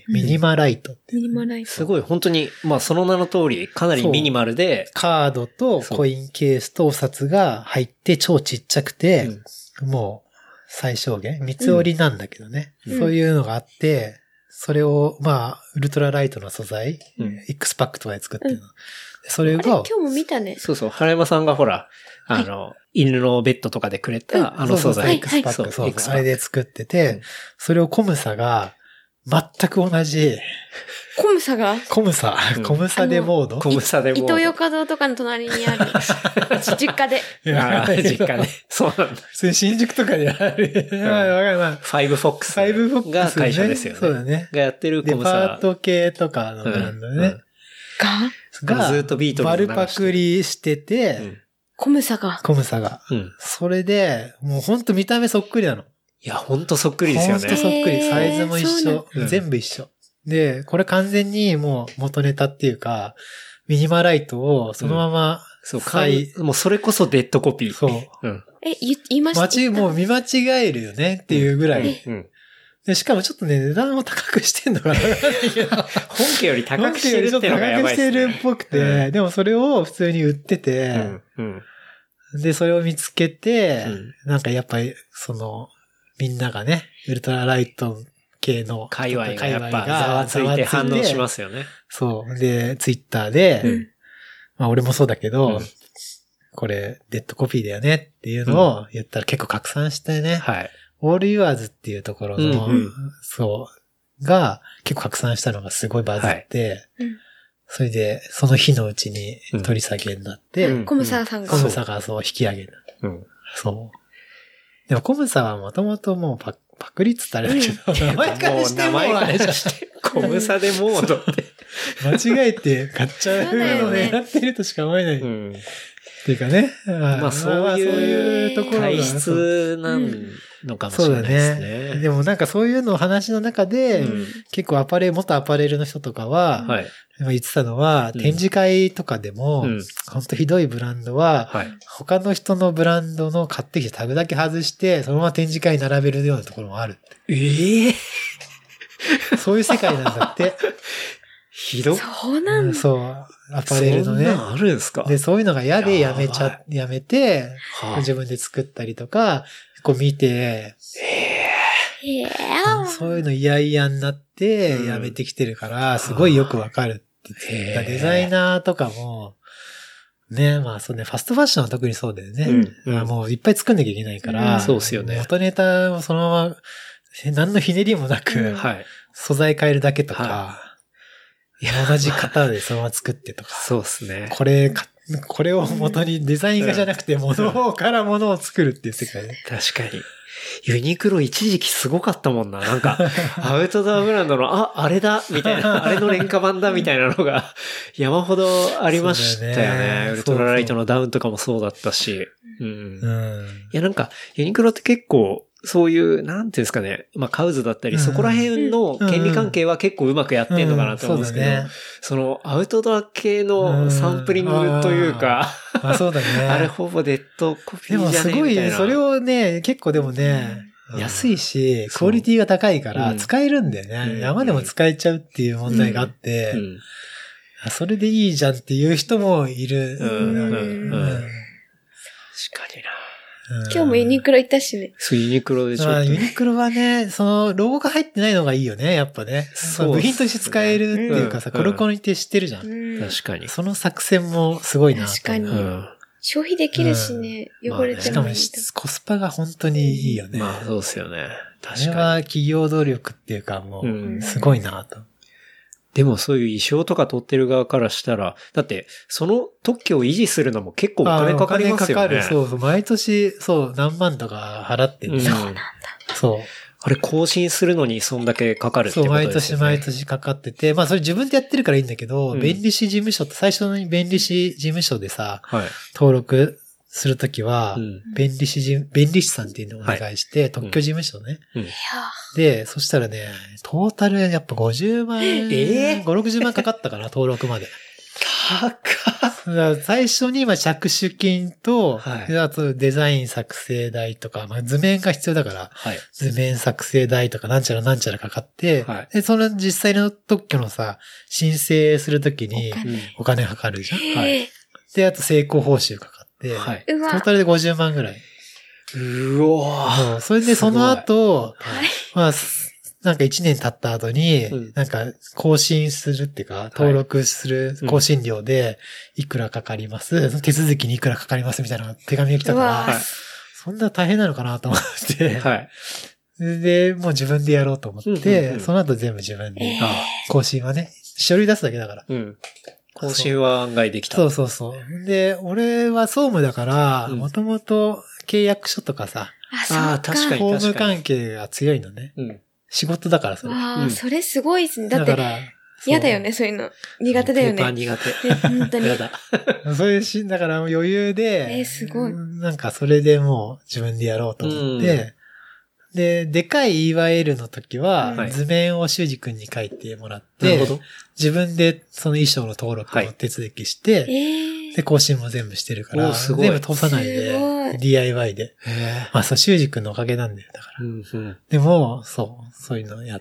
ミニマライトって。 ミニマライト。 すごい、本当に、まあその名の通り、かなりミニマルで。 カードとコインケースとお札が入って超ちっちゃくて、もう、最小限三つ折りなんだけどね、そういうのがあって、それを、まあ、ウルトラライトの素材、X パックとかで作ってるの。それが、 今日も見たね。 そうそう、原山さんがほら、犬のベッドとかでくれた、素材。 X パック、そう、あれで作ってて、それをコムサが、全く同じ。 コムサがコムサデモードコムサデモード。 イトーヨーカドーとかの隣にある。実家で。 実家で。そうなんだ。 普通に新宿とかにある。 ファイブフォックス。が会社ですよね。 そうだね。 がやってるコムサ。 デパート系とかのブランドね。 が、ずっとビート丸パクリしてて、 コムサが。 それで、もうほんと見た目そっくりなの。 いや、ほんとそっくりですよね。 ほんとそっくり。サイズも一緒。全部一緒。で、これ完全にもう元ネタっていうか、ミニマライトをそのままそう、もうそれこそデッドコピー。 そう。 うん。 言いましたもう見間違えるよねっていうぐらい。で、しかもちょっとね、値段を高くしてんのかな本家より高くしてるってのがやばいですね。 高くしてるっぽくて、でもそれを普通に売ってて、で、それを見つけて、なんかやっぱり、みんながね、ウルトラライト系の界隈がやっぱざわついて反応しますよね。 そう。で、ツイッターで、まあ俺もそうだけど、これ、デッドコピーだよねっていうのを言ったら結構拡散してね。 はい。 オールユアーズっていうところの、そう、が結構拡散したのがすごいバズって、それで、その日のうちに取り下げになって、 コムサさんが。 コムサがそう引き上げた。そう。でもコムサはもともともうパクリっつったらあれだけど、名前からしてもあれじゃん。 コムサでモードって。 間違えて買っちゃうのを狙ってるとしか思えない。っていうかね。 まあそういうところが体質なんのかもしれないですね。 そうだね。でもなんかそういうの話の中で、結構元アパレルの人とかは、言ってたのは、展示会とかでも、ほんとひどいブランドは、他の人のブランドの買ってきてタグだけ外して、そのまま展示会に並べるようなところもあるって。そういう世界なんだって。 ひどい。 そうなんだ。 そう。アパレルのね。 そんなんあるんですか？ で、そういうのが嫌でやめて、自分で作ったりとか、こう見て、そういうの嫌々になってやめてきてるから、すごいよくわかるって言って。デザイナーとかも、ね、まあそうね、ファストファッションは特にそうだよね。もういっぱい作んなきゃいけないから、 そうですよね。 元ネタをそのまま、何のひねりもなく、素材変えるだけとか、同じ型でそのまま作ってとか。 そうですね。 これを元にデザイン画じゃなくて物から物を作るっていう世界ね。 確かに。ユニクロ一時期すごかったもんな。なんか、アウトドアブランドの、あれだみたいな、あれの廉価版だみたいなのが山ほどありましたよね。ウルトラライトのダウンとかもそうだったし。いやなんか、ユニクロって結構、そういう、なんていうんですかね。まあ、カウズだったり、そこら辺の権利関係は結構うまくやってんのかなと思うんですけど、そのアウトドア系のサンプリングというか、 そうだね。 あれほぼデッドコピーじゃねえみたいな。 でもすごい、それをね、結構でもね、安いし、クオリティが高いから使えるんだよね。山でも使えちゃうっていう問題があって、それでいいじゃんっていう人もいる。確かにな。 今日もユニクロ行ったしね。 そう、ユニクロでちょっと。 ユニクロはね、その、ロゴが入ってないのがいいよね、やっぱね。そう。部品として使えるっていうかさ、コロコロにって知ってるじゃん。 確かに。 その作戦もすごいな。 確かに。消費できるしね、汚れてもいい。 しかもコスパが本当にいいよね。 まあ、そうですよね。 確かに。あれは企業努力っていうかもう、すごいなと。 でもそういう衣装とか取ってる側からしたら、だってその特許を維持するのも結構お金かかりますよね。お金かかる。 そうそう。毎年、そう、何万とか払ってる。 そうなんだ。 そう。 あれ更新するのにそんだけかかるってことですよね。 そう、毎年かかってて、まあそれ自分でやってるからいいんだけど、弁理士事務所って最初の弁理士事務所でさ、登録するときは、弁理士さんっていうのをお願いして、特許事務所ね。で、そしたらね、トータルやっぱ50万、5、60万かかったかな、登録まで。最初に着手金と、あとデザイン作成代とか、図面が必要だから、図面作成代とかなんちゃらなんちゃらかかって、で、その実際の特許のさ、申請するときにお金かかるじゃん。で、あと成功報酬かかって、トータルで50万ぐらい。それでその後、まあ、なんか1年経った後に、なんか更新するっていうか、登録する更新料でいくらかかります、手続きにいくらかかりますみたいな手紙が来たから、そんな大変なのかなと思って、で、もう自分でやろうと思って、その後全部自分で、更新はね、書類出すだけだから。 更新は案外できた。 そう。で、俺は総務だから、もともと契約書とかさ、 確かに。 法務関係が強いのね。仕事だからさ。それすごいですね。だって、嫌だよね、そういうの。苦手だよね。 ペーパー苦手。 本当に。 だそういうだから余裕で、 すごい。 なんかそれでもう自分でやろうと思って、で、でかい EYL の時は、図面を修二君に書いてもらって、自分でその衣装の登録を手続きして、 で、更新も全部してるから、全部通さないで、DIY で。まあそう、修二くんのおかげなんだよ、だから。でも、そういうのをやって、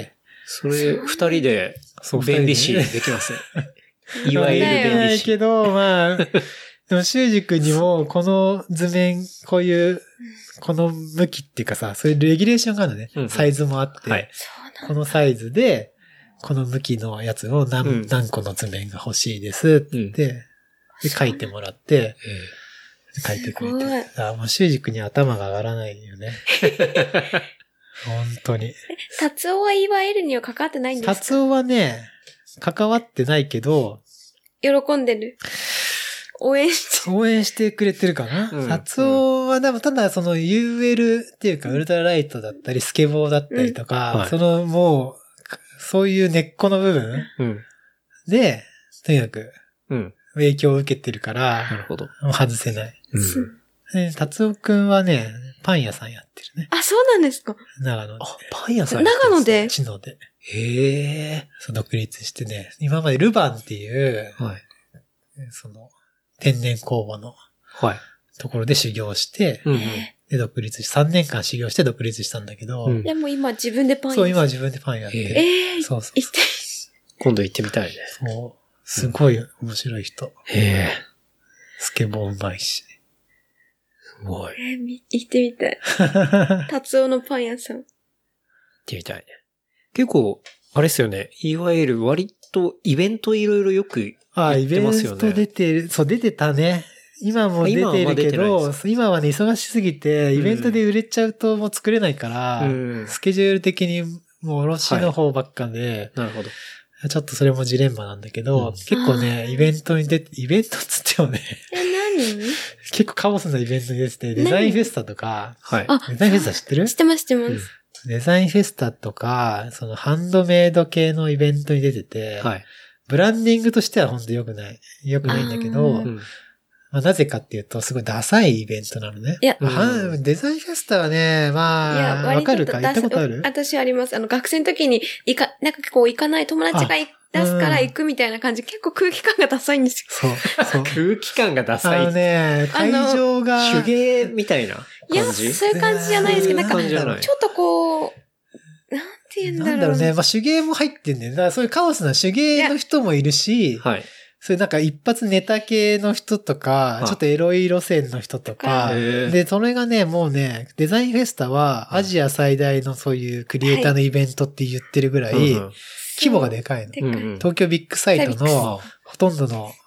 それ、二人で、便利視できますね。いわゆる便利視。 ないけど、まあ、でも修二くんにも、この図面、こういう、この向きっていうかさ、そういうレギュレーションがあるのね。サイズもあって、このサイズで、この向きのやつを何個の図面が欲しいですって、で、書いてもらって、書いてくれて。もう修二くんに頭が上がらないよね。本当に。 達夫は EYL には関わってないんですか？ 達夫はね、関わってないけど、 喜んでる。応援してくれてるかな。達夫はでもただその UL っていうかウルトラライトだったりスケボーだったりとか、そのもう、そういう根っこの部分で、とにかく影響を受けてるから、 なるほど。 外せない。達夫くんはね、パン屋さんやってるね。 あ、そうなんですか。 長野で。 パン屋さんやってる。 長野で知野で。 へえ。 独立してね、今までルバンっていう、その、天然工房のところで修行して、で、独立し、3年間修行して独立したんだけど。 でも今自分でパンそう、今自分でパンやってる。そう。 今度行ってみたいね。 そう。すごい面白い人。スケボーうまいし。 すごい。 行ってみたい。達夫のパン屋さん。行ってみたいね。結構、あれですよね。いわゆる割とイベントいろいろよく行ってますよね。 イベント出てたね。今も出てるけど、今はね、忙しすぎて、イベントで売れちゃうともう作れないから、スケジュール的にもう卸の方ばっかで、 なるほど。 ちょっとそれもジレンマなんだけど、結構ね、イベントっつってもね、 何結構カオスなイベントに出てて、デザインフェスタとか、デザインフェスタ知ってる？ 知ってます。 デザインフェスタとか、そのハンドメイド系のイベントに出てて、ブランディングとしては本当良くないんだけど、まあ、なぜかっていうと、すごいダサいイベントなのね。デザインフェスタはね、まあ、わかるか？行ったことある？ 私あります。学生の時になんかこう行かない友達が出すから行くみたいな感じ、結構空気感がダサいんですよ。 そう。空気感がダサい。 会場が。 手芸みたいな感じ？ いや、そういう感じじゃないですけど、なんか、ちょっとこう、なんて言うんだろう。 なんだろうね。まあ、手芸も入ってんだよ。だからそういうカオスな手芸の人もいるし、そういうなんか一発ネタ系の人とか、ちょっとエロい路線の人とか、で、それがね、もうね、デザインフェスタはアジア最大のそういうクリエイターのイベントって言ってるぐらい、規模がでかいの。東京ビッグサイトのほとんどの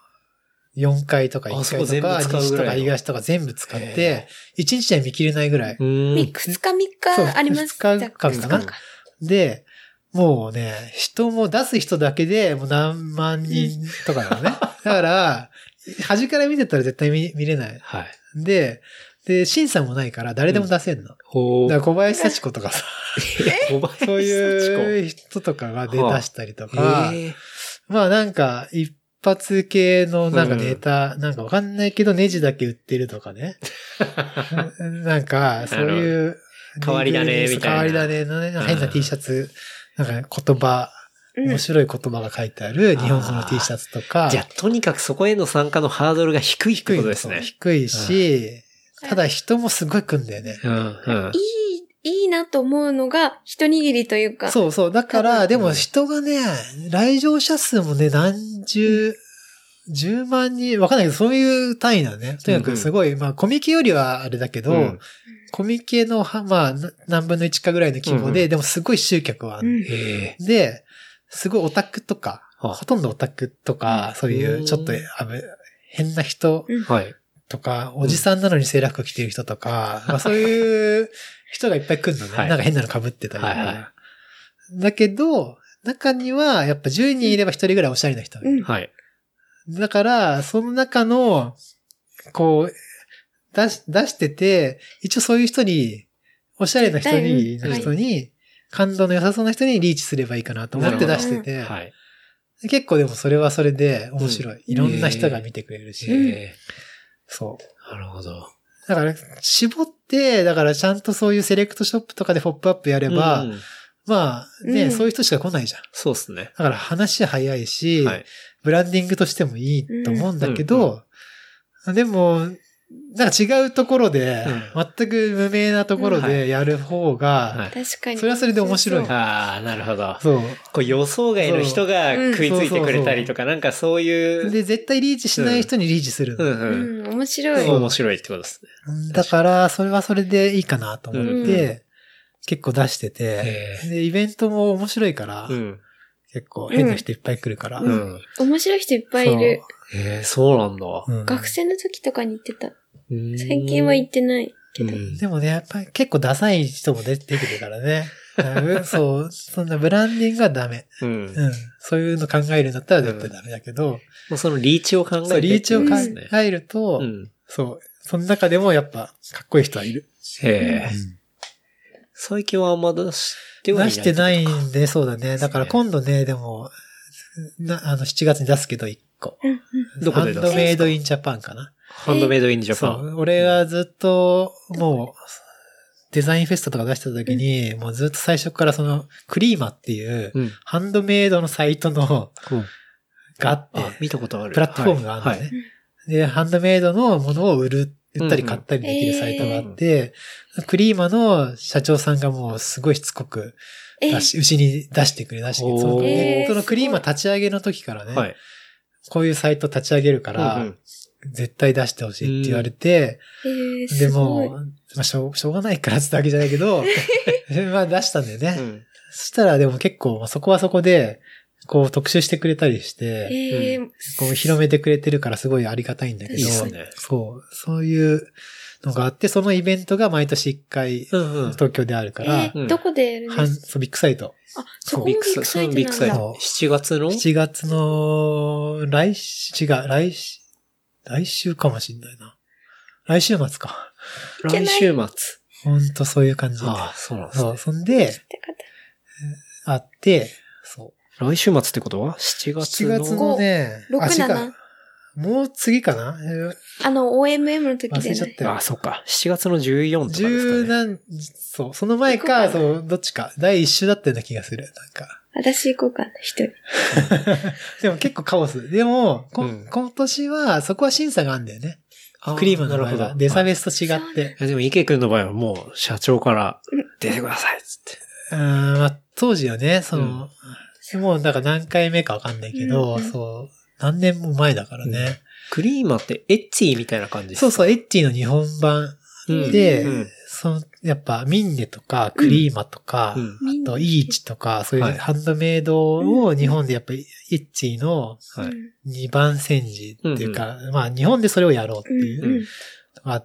4階とか1階とか西とか東とか全部使って、1日で見切れないぐらい。 2日3日あります。 2日間かな。で、もうね、人も出す人だけでもう何万人とかなのね。だから、端から見てたら絶対見れない。で、審査もないから誰でも出せんの。だから小林幸子とかさ、そういう人とかが出したりとか、まあなんか一発系のなんかネタ、なんかわかんないけどネジだけ売ってるとかね。なんかそういう、 変わり種みたいな。 変わり種のね、変な T シャツ、なんか面白い言葉が書いてある日本語の T シャツとか。 じゃあ、とにかくそこへの参加のハードルが低いってことですね。 低いし、ただ人もすごい来んだよね。 いいなと思うのが一握りというか。 そう。だから、でも人がね、来場者数もね、10万人、わかんないけど、そういう単位なのね。とにかくすごい、まあ、コミケよりはあれだけど、コミケの、まあ、何分の1かぐらいの規模で、でもすごい集客はある。で、すごいオタクとか、ほとんどオタクとか、そういうちょっと変な人とか、おじさんなのにセーラー服着てる人とか、まあそういう人がいっぱい来るのね。なんか変なの被ってたりとか。だけど、中にはやっぱ10人いれば1人ぐらいおしゃれな人がいる。だから、その中の、こう、出してて、一応そういう人に、おしゃれな人に、感動の良さそうな人にリーチすればいいかなと思って出してて、結構でもそれはそれで面白い。いろんな人が見てくれるし、そう。 なるほど。 だから、絞って、だからちゃんとそういうセレクトショップとかでポップアップやれば、まあね、そういう人しか来ないじゃん。 そうですね。 だから話早いし、 ブランディングとしてもいいと思うんだけど、でも、なんか違うところで、全く無名なところでやる方が、 確かに。 それはそれで面白い。 ああ、なるほど。 そう。 こう予想外の人が食いついてくれたりとか、なんかそういう。 で、絶対リーチしない人にリーチするの。面白い。 面白いってことですね。だから、それはそれでいいかなと思って、結構出してて、で、イベントも面白いから、結構変な人いっぱい来るから。 面白い人いっぱいいる。 そうなんだ。 学生の時とかに行ってた。最近は行ってないけど。 でもね、やっぱり結構ダサい人も出てくるからね。そう、そんなブランディングはダメ。そういうの考えるんだったら絶対ダメだけど。 もうそのリーチを考えて。 そう、リーチを考えると、そう、その中でもやっぱかっこいい人はいる。 最近はあんま出してない。出してないんで、そうだね。だから今度ね、でも、7月に出すけど1個。 どこで出す？ ハンドメイドインジャパンかな。 ハンドメイドインジャパン。 そう。俺がずっと、もう、デザインフェストとか出した時に、もうずっと最初からその、クリーマっていう、ハンドメイドのサイトの、があって、 見たことある。 プラットフォームがあるのね。で、ハンドメイドのものを売ったり買ったりできるサイトがあって、クリーマの社長さんがもうすごいしつこく、うちに出してくれ、そのクリーマ立ち上げの時からね、こういうサイト立ち上げるから、絶対出してほしいって言われて、でも、しょうがないからってわけじゃないけど、まあ出したんだよね。そしたらでも結構、そこはそこで、こう特集してくれたりして、こう広めてくれてるからすごいありがたいんだけど、そういうのがあって、そのイベントが毎年1回、東京であるから、 どこでやるんですか？ ビッグサイト。 あ、そこもビッグサイトなんだ。 7月の ?7 月の、来週かもしんないな。来週末か。 来週末。 ほんとそういう感じで。 ああ、そうなんですね。 そんで、あって、そう。 来週末ってことは ?7 月の。 7月のね、 6、7。 もう次かな OMM の時で。 忘れちゃったよ。 あ、そっか。7月の14とかですかね。 そう、その前か、そう、どっちか。第一週だったような気がする。なんか。 私行こうかな、一人。 でも結構カオス。でも、今年は、そこは審査があるんだよね。クリームの場合は。デサベスと違って。 でも、池くんの場合はもう、社長から出てください、つって。 まあ、当時はね、もう、だから何回目かわかんないけど、そう、何年も前だからね。 クリーマってエッチーみたいな感じですか？ そう、エッチーの日本版で、やっぱミンネとかクリーマとか、あとイーチとか、そういうハンドメイドを日本でやっぱりエッチーの2番煎じっていうか、まあ日本でそれをやろうっていうのがあって、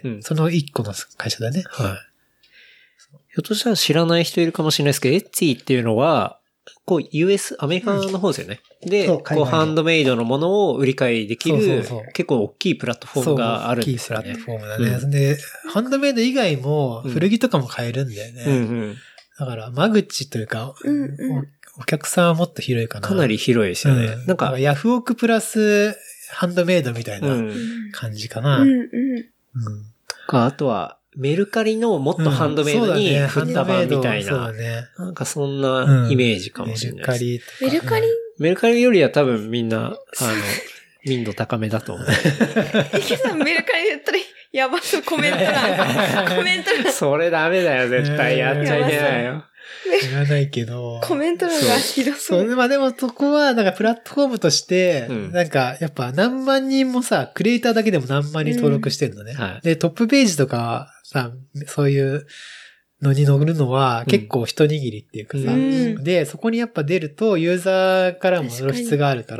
その1個の会社だね。 ひょっとしたら知らない人いるかもしれないですけど、エッチーっていうのは、こう、アメリカの方ですよね。で、こう、ハンドメイドのものを売り買いできる、結構大きいプラットフォームがあるんですよね。 大きいプラットフォームだね。で、ハンドメイド以外も古着とかも買えるんだよね。だから、間口というか、お客さんはもっと広いかな。 かなり広いですよね。 なんか、ヤフオクプラスハンドメイドみたいな感じかな。 あとは、メルカリのもっとハンドメイドに振った版みたいな。なんかそんなイメージかもしれないです。メルカリよりは多分みんな、民度高めだと思う。 池さんメルカリ言ったら、やばそう、コメント欄。 それダメだよ、絶対やっちゃいけないよ。 言わないけど。 コメント欄がひどそう。 まあでもそこは、なんかプラットフォームとして、なんかやっぱ何万人もさ、クリエイターだけでも何万人登録してるのね。で、トップページとかさ、そういうのに載るのは結構一握りっていうかさ、で、そこにやっぱ出るとユーザーからも露出があるから、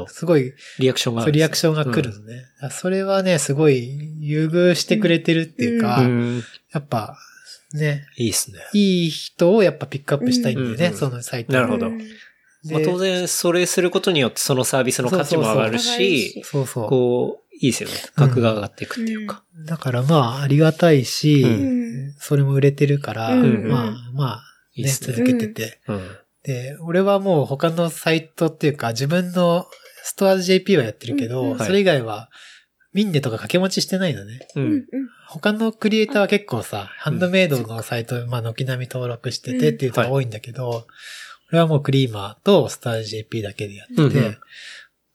すごいリアクションがある。 リアクションが来るのね。それはね、すごい優遇してくれてるっていうか、やっぱ、ね。 いいっすね。 いい人をやっぱピックアップしたいんだよね、そのサイト。 なるほど。まあ、当然、それすることによってそのサービスの価値も上がるし、こう、いいですよね。額が上がっていくっていうか。 だからまあ、ありがたいし、それも売れてるから、まあ、ね、続けてて。で、俺はもう他のサイトっていうか、自分のストア JP はやってるけど、それ以外は、ミンネとか掛け持ちしてないのね。他のクリエイターは結構さ、ハンドメイドのサイト、まあ、軒並み登録しててっていう人が多いんだけど、俺はもうクリーマーとスター JP だけでやってて、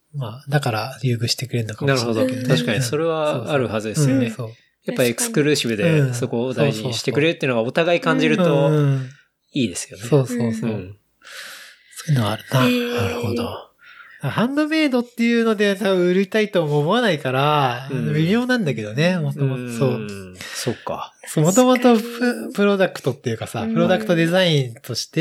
まあ、だから優遇してくれるのかもしれないけどね。 なるほど。確かに、それはあるはずですよね。やっぱエクスクルーシブでそこを大事にしてくれるっていうのがお互い感じるといいですよね。 そう。そういうのはあるな。 なるほど。 ハンドメイドっていうので多分売りたいとも思わないから、微妙なんだけどね、もともと。 そうか。 もともとプロダクトっていうかさ、プロダクトデザインとして、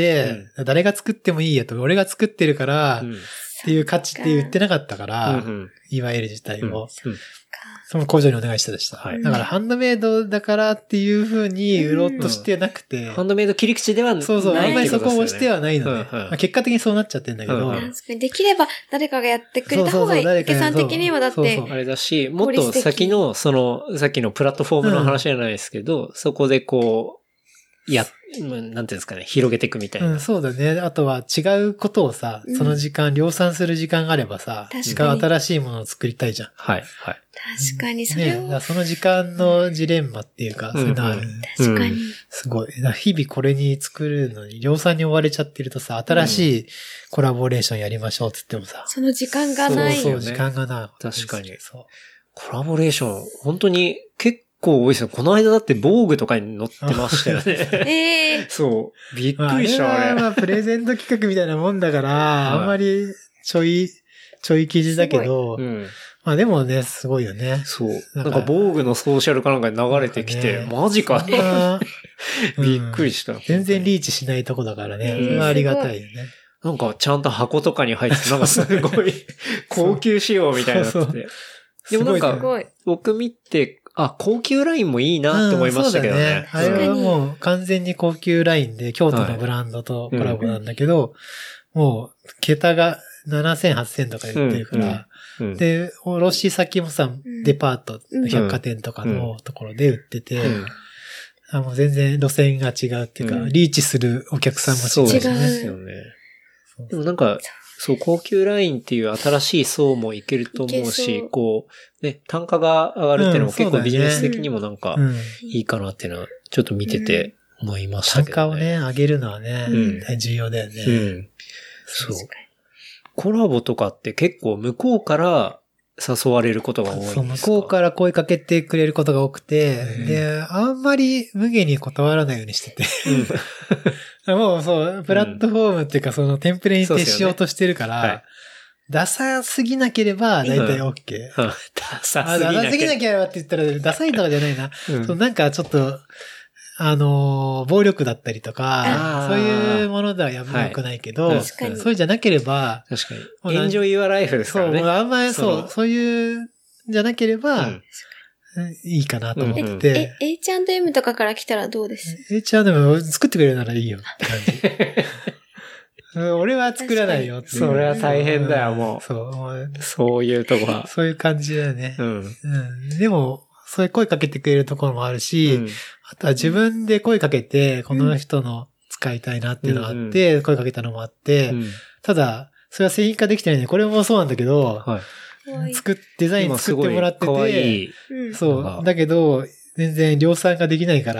誰が作ってもいいやと、俺が作ってるから、っていう価値って言ってなかったから、いわゆる自体を。その工場にお願いしてたしさ。だからハンドメイドだからっていう風に売ろうとしてなくて。 ハンドメイド切り口ではない。 そう、あんまりそこを押してはないのね。結果的にそうなっちゃってんだけど。 できれば誰かがやってくれた方がいい。池さん的にはだって。 あれだし、もっと先の、さっきのプラットフォームの話じゃないですけど、そこでこう、なんていうんですかね、広げていくみたいな。 そうだね。あとは違うことをさ、その時間、量産する時間があればさ、違う新しいものを作りたいじゃん。 はい。 確かに、それを。 ね、その時間のジレンマっていうか、そういうのある。 確かに。 すごい。日々これに作るのに、量産に追われちゃってるとさ、新しいコラボレーションやりましょうって言ってもさ。 その時間がない。 そう、時間がない。 確かに。コラボレーション、本当に結構多いですよ。この間だって防具とかに載ってましたよね。そう。びっくりした、あれ。 まあ、プレゼント企画みたいなもんだから、あんまりちょい記事だけど、まあでもね、すごいよね。 そう。なんか防具のソーシャルかなんかに流れてきて、マジかびっくりした。 全然リーチしないとこだからね。それはありがたいよね。 なんかちゃんと箱とかに入って、なんかすごい高級仕様みたいになってて。でもなんか、僕見て、高級ラインもいいなって思いましたけどね。 あれはもう完全に高級ラインで、京都のブランドとコラボなんだけど、もう、桁が7000、8000とか言ってるから、で、卸先もさ、デパート、百貨店とかのところで売ってて、もう全然路線が違うっていうか、リーチするお客さんも違う。 そうですよね。でもなんか、そう、高級ラインっていう新しい層もいけると思うし、こう、ね、単価が上がるっていうのも結構ビジネス的にもなんか、いいかなっていうのは、ちょっと見てて思いましたけどね。 単価をね、上げるのはね、重要だよね。 そう。コラボとかって結構向こうから誘われることが多いんですか？そう、 向こうから声かけてくれることが多くて、で、あんまり無限に断らないようにしてて。もうそう、プラットフォームっていうかそのテンプレに徹しようとしてるから、ダサすぎなければ大体 OK。 ダサすぎなければって言ったらダサいとかじゃないな。そうなんかちょっと、暴力だったりとか、そういうものではやめよくないけど、そうじゃなければ、 確かに。Enjoy your life ですからね。 そう、あんまりそういうじゃなければ、いいかなと思って。 H&M とかから来たらどうです？ H&M 作ってくれるならいいよって感じ。俺は作らないよって。 それは大変だよ、もう。そういうとこは。 そういう感じだよね。でも、そういう声かけてくれるところもあるし、あとは自分で声かけて、この人の使いたいなっていうのがあって、声かけたのもあって、ただ、それは製品化できてないんで、これもそうなんだけど、デザイン作ってもらってて、そう。だけど、全然量産ができないから、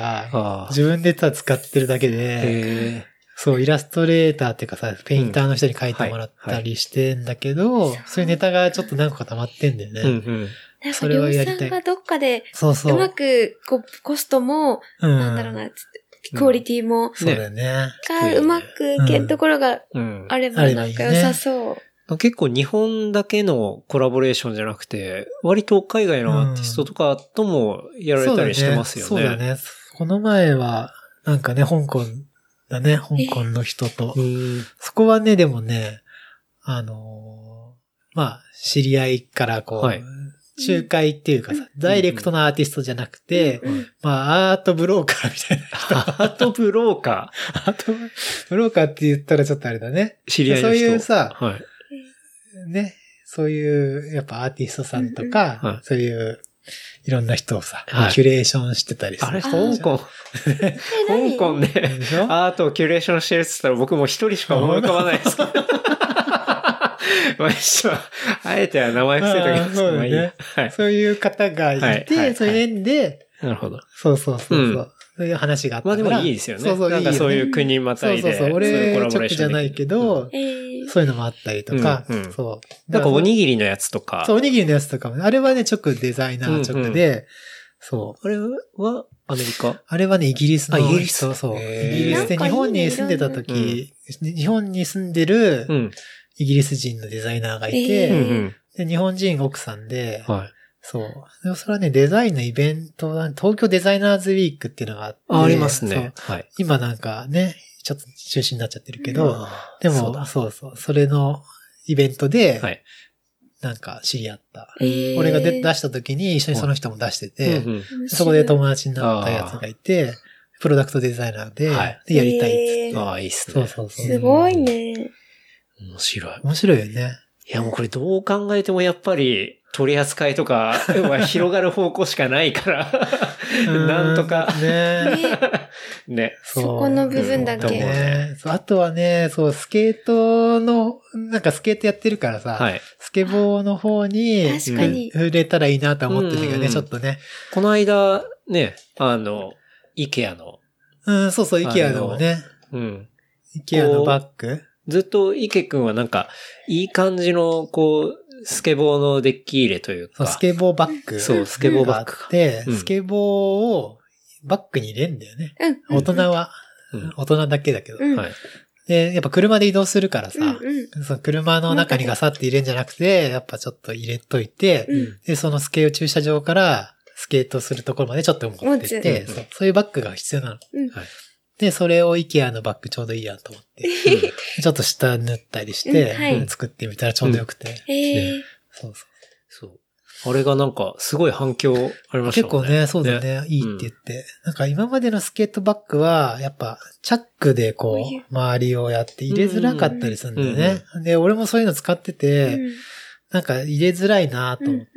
自分でただ使ってるだけで、そう、イラストレーターっていうかさ、ペインターの人に書いてもらったりしてんだけど、そういうネタがちょっと何個か溜まってんだよね。 それはやりたい。量産がどっかで、うまく、コストも、なんだろうな、クオリティも、 そうだよね。 うまくいけるところがあればなんか良さそう。 結構日本だけのコラボレーションじゃなくて、割と海外のアーティストとかともやられたりしてますよね。 そうだね。この前は、なんかね、香港の人と。そこはね、でもね、まあ、知り合いからこう、仲介っていうかさ、ダイレクトなアーティストじゃなくて、まあ、アートブローカーみたいな人。 アートブローカーアートブローカーって言ったらちょっとあれだね。 知り合いの人。 そういうさ、ね、そういう、やっぱアーティストさんとか、そういう、いろんな人をさ、キュレーションしてたりする。 あれ、香港でアートをキュレーションしてるって言ったら僕も一人しか思い浮かばないですけど。まあ一緒、あえては名前伏せたけど、 そうだね。そういう方がいて、そういう縁で、 なるほど。 そう。 そういう話があったから。 まあでもいいですよね。 そうそう、 なんかそういう国またいで。 そう、俺直じゃないけど、そういうのもあったりとか、そう。 なんかおにぎりのやつとか。 そう、おにぎりのやつとかも、あれはね、直デザイナー直で、そう。 あれはアメリカ？ あれはね、イギリスの。 イギリス？ そう。イギリスで日本に住んでた時、日本に住んでるイギリス人のデザイナーがいて、で日本人奥さんで、そう。でもそれはね、デザインのイベント、東京デザイナーズウィークっていうのがあって。 ありますね。 はい。今なんかね、ちょっと中止になっちゃってるけど、でも、そう。それのイベントで、なんか知り合った。俺が出した時に一緒にその人も出してて、そこで友達になったやつがいて、プロダクトデザイナーで、でやりたいっつって。 ああ、いいっすね。 そう。すごいね。 面白い。 面白いよね。 いやもうこれどう考えてもやっぱり取り扱いとかは広がる方向しかないから、なんとか。ね。 そこの部分だけ。 あとはね、そう、スケートの、なんかスケートやってるからさ、スケボーの方に触れたらいいなと思ってるけどね、ちょっとね。 この間、ね、イケアの。 そう、イケアのね。イケアのバッグ。 ずっと池くんはなんか、いい感じの、こう、スケボーのデッキ入れというか。 スケボーバッグ。 そう、スケボーバッグ。 で、スケボーをバッグに入れんだよね。大人は、大人だけだけど。で、やっぱ車で移動するからさ、その車の中にガサって入れんじゃなくて、やっぱちょっと入れといて、で、そのスケート駐車場からスケートするところまでちょっと持ってって、そういうバッグが必要なの。で、それを IKEA のバッグちょうどいいやと思って、ちょっと下塗ったりして、作ってみたらちょうどよくて。そう。 あれがなんか、すごい反響ありましたね。 結構ね、そうだね、いいって言って。なんか今までのスケートバッグは、やっぱ、チャックでこう、周りをやって入れづらかったりするんだよね。で、俺もそういうの使ってて、なんか入れづらいなと思って、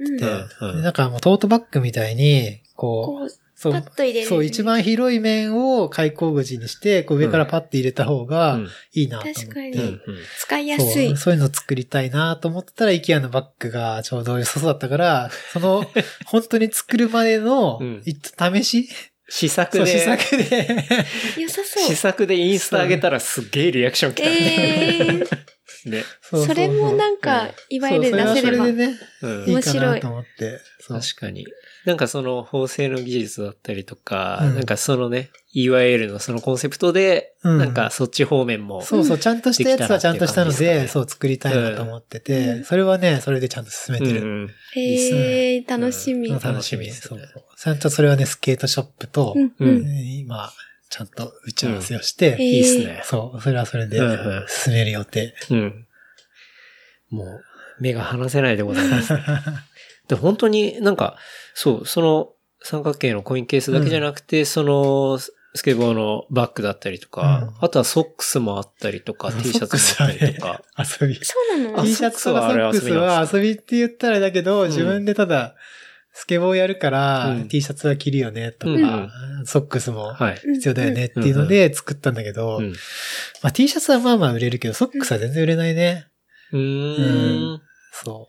なんかもうトートバッグみたいに、こう、 パッと入れる。 そう、一番広い面を開口口にして、こう上からパッて入れた方がいいなと思って。 確かに。使いやすい。 そういうの作りたいなと思ってたら、IKEA のバッグがちょうど良さそうだったから、その、本当に作るまでの、試し試作で。 良さそう。 試作でインスタ上げたらすっげえリアクション来たね。ね。 それもなんか、いわゆる出せれば。 それでね、 面白い。 と思って。 確かに。なんかその縫製の技術だったりとか、なんかそのね、EYL のそのコンセプトで、なんかそっち方面も。 そう、ちゃんとしたやつはちゃんとしたので、そう作りたいなと思ってて、それはね、それでちゃんと進めてる。 楽しみ。 楽しみ。そう。ちゃんとそれはね、スケートショップと、今、ちゃんと打ち合わせをして、 いいっすね。 そう、それはそれで進める予定。 もう、目が離せないでございます。で、本当になんか、そう、その三角形のコインケースだけじゃなくて、そのスケボーのバッグだったりとか、あとはソックスもあったりとか、T シャツもあったりとか。 遊び。 そうなの？ T シャツとかソックスは遊びって言ったらだけど、自分でただ、スケボーやるから、T シャツは着るよね、とか、ソックスも必要だよねっていうので作ったんだけど、まあ T シャツはまあまあ売れるけど、ソックスは全然売れないね。そう。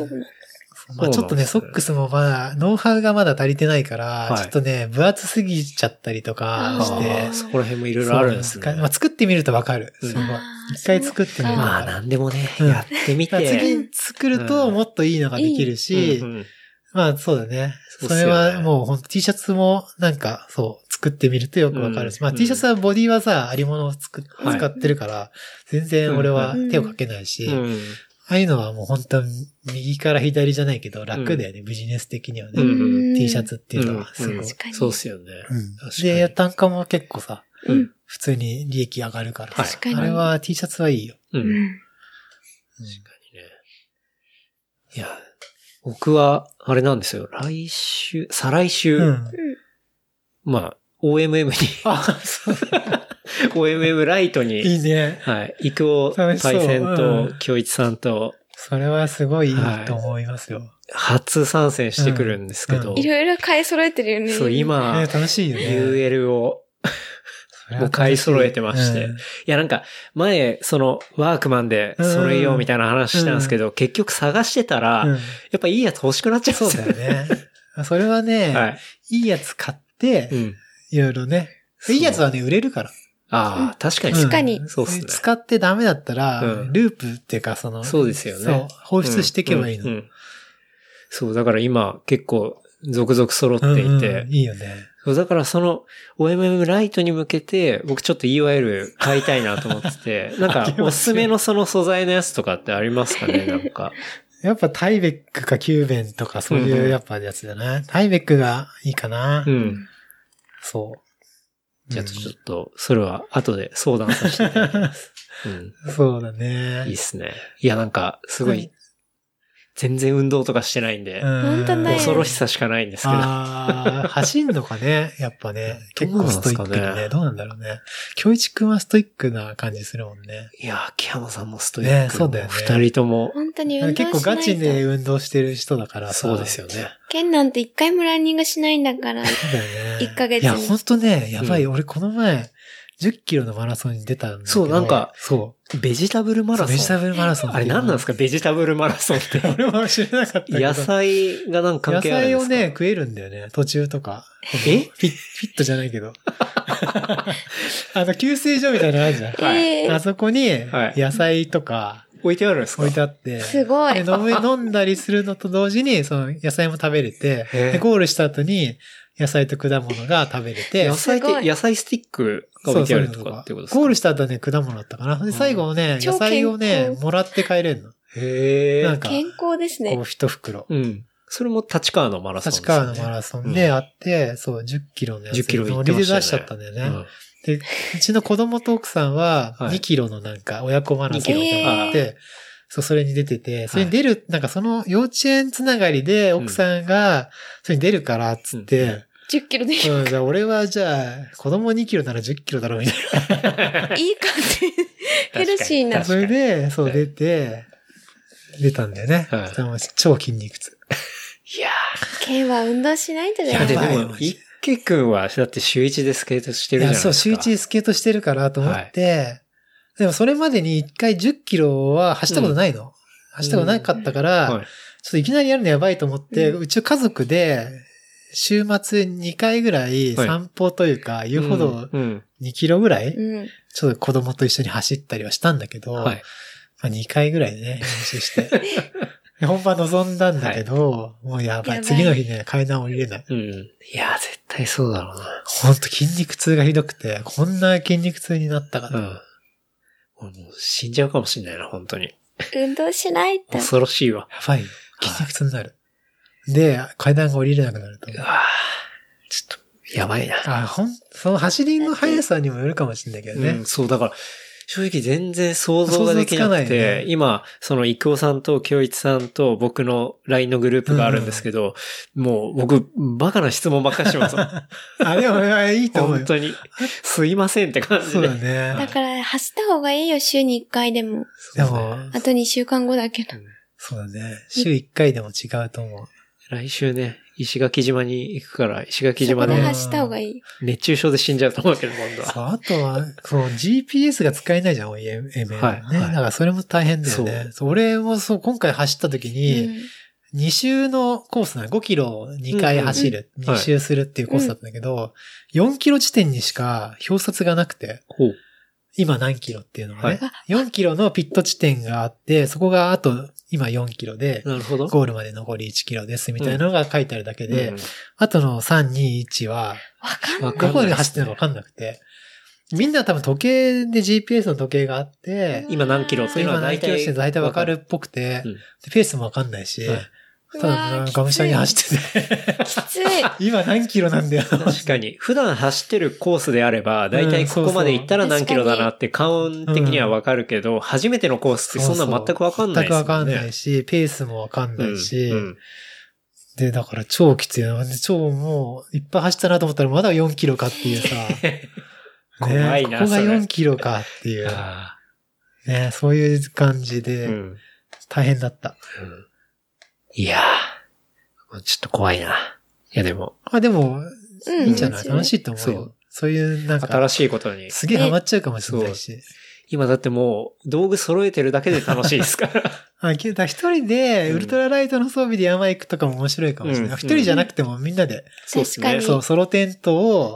まあちょっとね、ソックスもまだ、ノウハウがまだ足りてないから、ちょっとね、分厚すぎちゃったりとかして。 そこら辺もいろいろあるんですね。 まあ作ってみるとわかる。一回作ってみると。 まあなんでもね、やってみて。 次作るともっといいのができるし、まあそうだね。それはもうほんと T シャツもなんかそう作ってみるとよくわかるし、まあ T シャツはボディはさ、ありものを使ってるから、全然俺は手をかけないし、ああいうのはもう本当に右から左じゃないけど楽だよね、ビジネス的にはね。T シャツっていうのはすごい。 そうっすよね。 で、単価も結構さ、普通に利益上がるからさ。あれは T シャツはいいよ。 確かにね。いや、僕は、あれなんですよ。再来週、まあ、OMM にOMM ライトに。 いいね。 はい。イクオパイセンと、京一さんと。 それはすごいいいと思いますよ。 初参戦してくるんですけど。 いろいろ買い揃えてるよね。 そう、今、 楽しいよね。 UL を、もう買い揃えてまして。いや、なんか、前、その、ワークマンで揃えようみたいな話したんですけど、結局探してたら、やっぱいいやつ欲しくなっちゃうんですよ。 そうだよね。それはね、いいやつ買って、 いろいろね。いいやつはね、売れるから。 ああ、確かに。 確かに。 そうっすね。 使ってダメだったら、ループっていうかそうですよね。 そう、放出していけばいいの。 そう、だから今結構続々揃っていて。 いいよね。 そうだからその OMM ライトに向けて僕ちょっと EOL 買いたいなと思ってて、なんかおすすめのその素材のやつとかってありますかね、なんか。 やっぱタイベックかキューベンとかそういうやっぱやつだな。タイベックがいいかな。そう。 じゃあちょっと、それは後で相談させていただきます。 そうだね。 いいっすね。いやなんか、すごい、全然運動とかしてないんで、 本当ね。 恐ろしさしかないんですけど。 走んのかね、やっぱね。結構ストイックでね。どうなんだろうね。京一くんはストイックな感じするもんね。 いや、木山さんもストイック。 ね、そうだよね。 二人とも。 本当に運動しないと。 結構ガチで運動してる人だからさ。 そうですよね。 ケンなんて一回もランニングしないんだから。 そうだよね。 1ヶ月に。 いや、ほんとね、やばい。俺この前、10キロのマラソンに出たんだけど。 そう、なんか、そう。ベジタブルマラソン。 ベジタブルマラソン。 あれ何なんですかベジタブルマラソンって。 俺も知らなかったけど。 野菜がなんか関係あるんですか？ 野菜をね、食えるんだよね。途中とか。フィットじゃないけど。給水所みたいなのあるじゃん。あそこに、野菜とか、 置いてあるんですか？ 置いてあって。 すごい。 飲んだりするのと同時に、その野菜も食べれて、でゴールした後に、野菜と果物が食べれて。 野菜って野菜スティックが置いてあるとかってことですか？ ゴールした後はね、果物だったかな。で、最後ね、野菜をね、もらって帰れるの。 へなんか健康ですね。 こう一袋。 それも立川のマラソンですね。 立川のマラソンであって、そう、10キロのやつ。 10キロ乗りで出しちゃったんだよね。で、うちの子供と奥さんは、2キロのなんか、親子マラソンがあって、そう、それに出てて、それに出る、なんかその幼稚園つながりで奥さんが、それに出るから、つって、 10キロでいい。 じゃあ俺はじゃあ、子供2キロなら10キロだろうみたいな。 いい感じ。ヘルシーな。 それで、そう出たんだよね。超筋肉痛。 いやー。ケンは運動しないんじゃないですか。いや、でも、一ケくんは、だって週1でスケートしてるじゃないですか。 いや、そう、週1でスケートしてるからと思って、でもそれまでに1回10キロは走ったことないの。走ったことなかったから、ちょっといきなりやるのやばいと思って、うち家族で、週末2回ぐらい散歩というか、言うほど2キロぐらい、ちょっと子供と一緒に走ったりはしたんだけど、まあ2回ぐらいね、練習して。本番望んだんだけど、もうやばい。次の日ね、階段降りれない。 いや、絶対そうだろうな。 ほんと筋肉痛がひどくて、こんな筋肉痛になったから。 もう死んじゃうかもしれないな、本当に。 運動しないと。 恐ろしいわ。 やばいよ。筋肉痛になる。で、階段が降りれなくなると。 ちょっと、やばいな。 その走りの速さにもよるかもしれないけどね。 そう、だから、正直全然想像ができなくて、今、その、郁夫さんと京一さんと僕の LINE のグループがあるんですけど、もう僕、バカな質問ばっかりします。 でも、いいと思うよ。 本当に、すいませんって感じで。 そうだね。 だから、走った方がいいよ、週に1回でも。 でも、 あと2週間後だけど。 そうだね。週1回でも違うと思う。 来週ね、石垣島に行くから、石垣島で。 そこで走った方がいい。 熱中症で死んじゃうと思うけど、今度は。 そう、あとは、GPS が使えないじゃん、OEM ね。だからそれも大変だよね。俺も今回走った時に、2周のコース5キロ2回走る、2周するっていうコースだったんだけど、4キロ地点にしか表札がなくて、今何キロっていうのがね、4キロのピット地点があって、そこがあと、今4キロで、ゴールまで残り1キロですみたいなのが書いてあるだけで、あとの3、2、1は、どこで走ってるのか分かんなくて、みんな多分時計で GPS の時計があって、 今何キロっていうのは大体分かるっぽくて、ペースも分かんないし、ただ、がむしゃらに走ってて。 きつい。 今何キロなんだよ。 確かに。普段走ってるコースであれば、だいたいここまで行ったら何キロだなってカウン的にはわかるけど、初めてのコースってそんな全くわかんないですよね。 全くわかんないし、ペースもわかんないし、で、だから超きついな。もう、いっぱい走ったなと思ったらまだ4キロかっていうさ。 怖いな、 ここが4キロかっていう。ね、そういう感じで、大変だった。 いやー、ちょっと怖いな。いやでも。 でも、いいんじゃない？楽しいと思うよ。そういうなんか。 新しいことに。 すげえハマっちゃうかもしれないし。 今だってもう、道具揃えてるだけで楽しいですから。 一人で、ウルトラライトの装備で山行くとかも面白いかもしれない。一人じゃなくてもみんなで。 確かに。 そう、ソロテントを、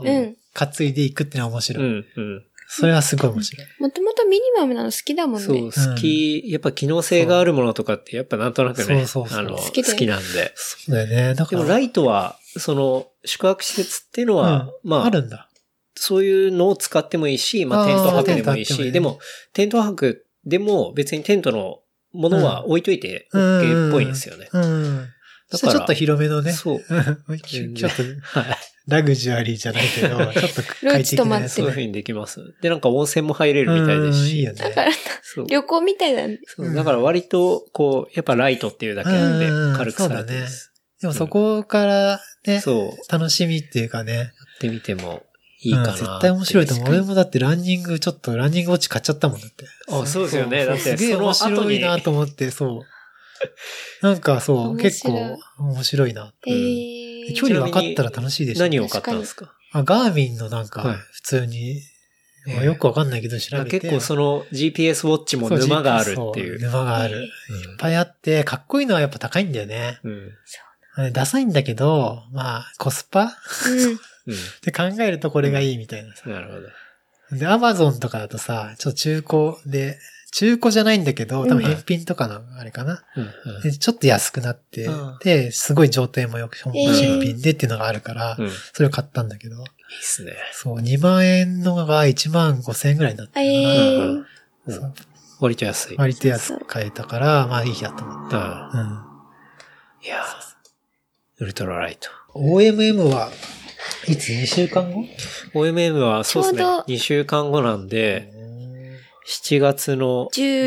担いでいくっていうのは面白い。 うんうん。 それはすごい面白い。 もともとミニマムなの好きだもんね。 そう、好き、やっぱ機能性があるものとかってやっぱなんとなくね、 好きなんで。 そうだよね。だから。 でもライトは、宿泊施設っていうのは、まあ、 あるんだ。 そういうのを使ってもいいし、まあテント泊でもいいし、でも、テント泊でも別にテントのものは置いといて OK っぽいんですよね。 だからちょっと広めのね。 そう。 ちょっと、ラグジュアリーじゃないけど、ちょっと快適なやつ。 そういう風にできます。で、なんか温泉も入れるみたいですし。 いいよね。 だから、旅行みたいだね。 そう。だから割と、こう、やっぱライトっていうだけあって軽くされてます。 でもそこからね、楽しみっていうかね。やってみてもいいかな。 絶対面白いと思う。俺もだってランニングウォッチ買っちゃったもんだって。 あ、そうですよね。だってすげえ面白いなと思って、そう。なんかそう、結構面白いな。距離分かったら楽しいでしょ。 何を買ったんですか？ ガーミンのなんか、普通に、よくわかんないけど調べて。 結構その GPS ウォッチも沼があるっていう。 沼がある。いっぱいあって、かっこいいのはやっぱ高いんだよね。ダサいんだけど、まあ、コスパって考えるとこれがいいみたいなさ。 なるほど。 で、アマゾンとかだとさ、ちょっと中古で、中古じゃないんだけど、多分返品とかのあれかな。でちょっと安くなって、で、すごい状態もよく、新品でっていうのがあるから、それを買ったんだけど。いいっすね。 そう、2万円のが1万5千円ぐらいになってるかな。割と安い。 割と安く買えたから、まあいいやと思って。 いやウルトラライト。 OMM はいつ2週間後 ?OMM はそうですね。2週間後なんで、7月の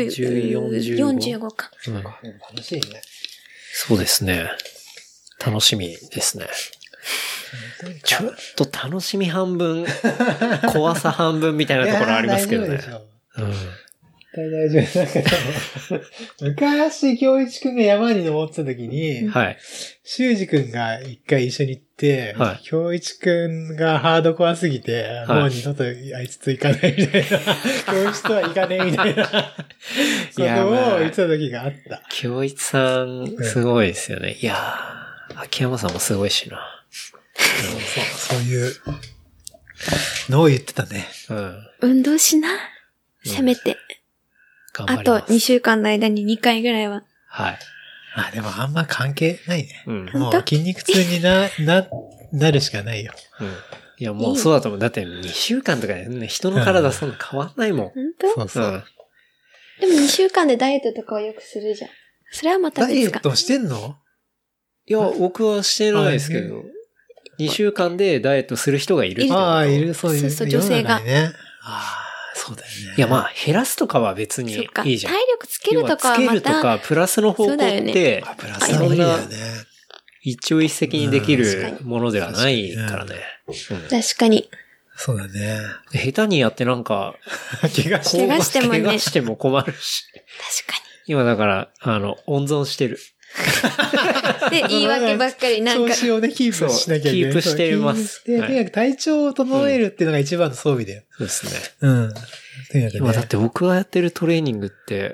14、 45か。 楽しいね。 そうですね。楽しみですね。ちょっと楽しみ半分、怖さ半分みたいなところありますけどね。 大丈夫。なんか昔、京一くんが山に登ってた時に、修二くんが一回一緒に行って、京一くんがハードコアすぎて、もう二度とあいつと行かないみたいな、京一とは行かねえみたいな、ことを言ってた時があった。 京一さん、すごいですよね。いやー、秋山さんもすごいしな。 そういうのを言ってたね。 運動しな。せめて。あと2週間の間に2回ぐらいは。 はい。 でもあんま関係ないね。もう筋肉痛になるしかないよ。 いやもうそうだと思う。だって2週間とかね、人の体そんな変わんないもん。 本当？そう。でも2週間でダイエットとかをよくするじゃん。それはまた別か。 ダイエットしてんの？ いや、僕はしてないですけど、2週間でダイエットする人がいるってこと。 いる、そういう。 そう、女性が。 そうだよね。 いや、まあ、減らすとかは別にいいじゃん。 体力つけるとかはまた。 つけるとか、プラスの方向って、 プラスの方だよね。 一朝一夕にできるものではないからね。 確かに。 そうだね。 下手にやってなんか、 怪我しても困るし。 確かに。今だから、温存してる。 で、言い訳ばっかりなんか。 調子をね、キープしなきゃいけない。 キープしてます。 で、とにかく体調を整えるっていうのが一番の装備だよ。 そうですね。今だって僕がやってるトレーニングって、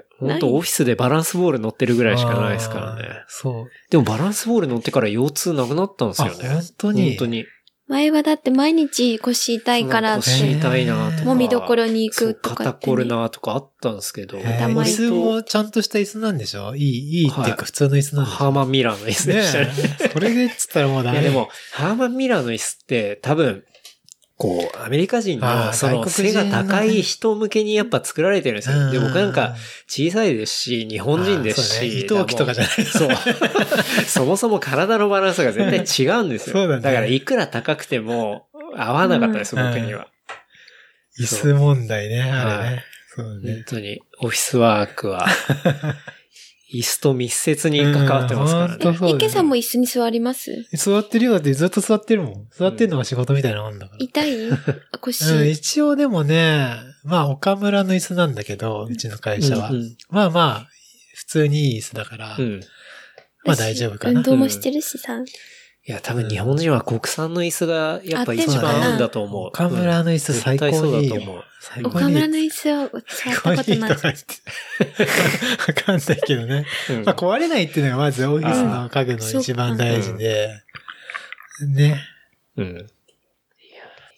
本当オフィスでバランスボール乗ってるぐらいしかないですからね。 そう。 でもバランスボール乗ってから腰痛なくなったんですよね。 本当に。 本当に。 前はだって毎日腰痛いからって。 腰痛いなとか。 もみどころに行くとか、 肩こるなとかあったんですけど。 椅子もちゃんとした椅子なんでしょ？いいっていうか普通の椅子なんでしょ？ ハーマンミラーの椅子でしたね。 それでっつったらもうダメ。 いやでも、ハーマンミラーの椅子って多分、こう、アメリカ人のその背が高い人向けにやっぱ作られてるんですよ。で、僕なんか小さいですし、日本人ですし。 伊藤木とかじゃない。 そう。そもそも体のバランスが絶対違うんですよ。 そうだね。 だからいくら高くても合わなかったです、僕には。 椅子問題ね、あれね。 そうね。本当に、オフィスワークは、椅子と密接に関わってますからね。 池さんも椅子に座ります？ 座ってるよ。だってずっと座ってるもん。座ってるのが仕事みたいなもんだから。 痛い？腰。 一応でもね、まあ岡村の椅子なんだけど、うちの会社は。まあまあ、普通にいい椅子だから、まあ大丈夫かな。 運動もしてるしさ。 いや、多分日本人は国産の椅子がやっぱ一番合うんだと思う。 岡村の椅子最高にいいよ。 岡村の椅子を使ったことない。わかんないけどね。まあ壊れないっていうのがまずオフィスの家具の一番大事で。ね。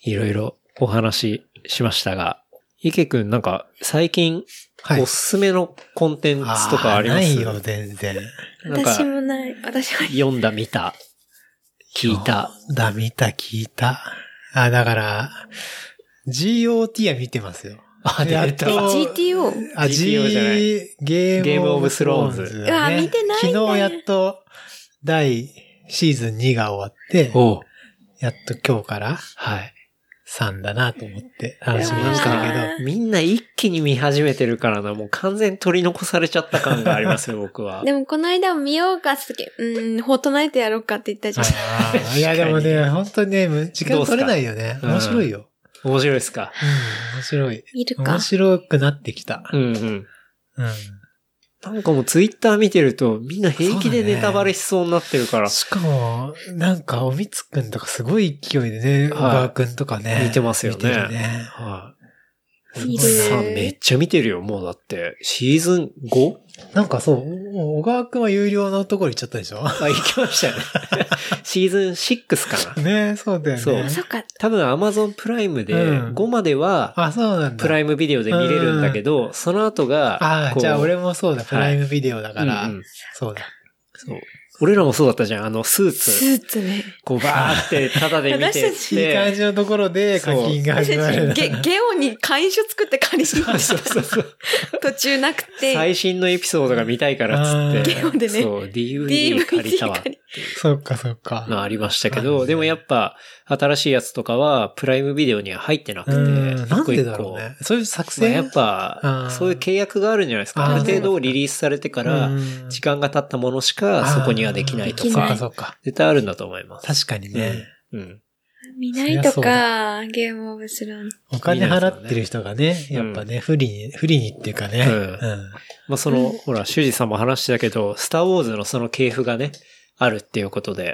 いろいろお話ししましたが、池くんなんか最近おすすめのコンテンツとかあります？ ないよ、全然。 私もない。私は読んだ、見た、聞いた。 読んだ、見た、聞いた。だから、GOT は見てますよ。 やっと。 GTO？ GTO じゃない。 ゲームオブスローンズ。 見てないね。 昨日やっと、シーズン2が終わって、やっと今日から、3だなと思って楽しみにしたけど。 みんな一気に見始めてるからな、もう完全に取り残されちゃった感がありますよ、僕は。 でもこの間も見ようかって時、フォートナイトやろうかって言ったじゃん。 いやでもね、本当にね、時間取れないよね。面白いよ。 面白いですか？ 面白い。 見るか。 面白くなってきた。 なんかもうツイッター見てるとみんな平気でネタバレしそうになってるから。 しかも、なんかおみつくんとかすごい勢いでね、小川くんとかね。 見てますよね。 見てるね。 めっちゃ見てるよ、もうだって。シーズン 5？ なんかそう、小川くんは有料のところ行っちゃったでしょ？ 行きましたよね。シーズン6かな。 ね、そうだよね。 そうか。 多分 Amazon プライムで5までは、プライムビデオで見れるんだけど、その後が、 じゃあ俺もそうだ、プライムビデオだから、そうだ。 そう。俺らもそうだったじゃん、スーツ。 スーツね。 こうバーってタダで見てって。 いい感じのところで課金が始まる。 ゲオに会員証作って借りに行った。そう。途中なくて。 最新のエピソードが見たいからっつって。 ゲオでね。 そう、DVD 借りたわ。 そっかそっか。 ありましたけど、でもやっぱ、新しいやつとかは、プライムビデオには入ってなくて。 なんでだろうね。そういう作戦やっぱ、そういう契約があるんじゃないですか。ある程度リリースされてから、時間が経ったものしかそこにはできないとか。 そっか。 絶対あるんだと思います。 確かにね。 見ないとか、ゲームオブスローンズ。 お金払ってる人がね、やっぱね、不利にっていうかね。 まあほら、修二さんも話してたけど、スターウォーズのその系譜がね、あるっていうことで。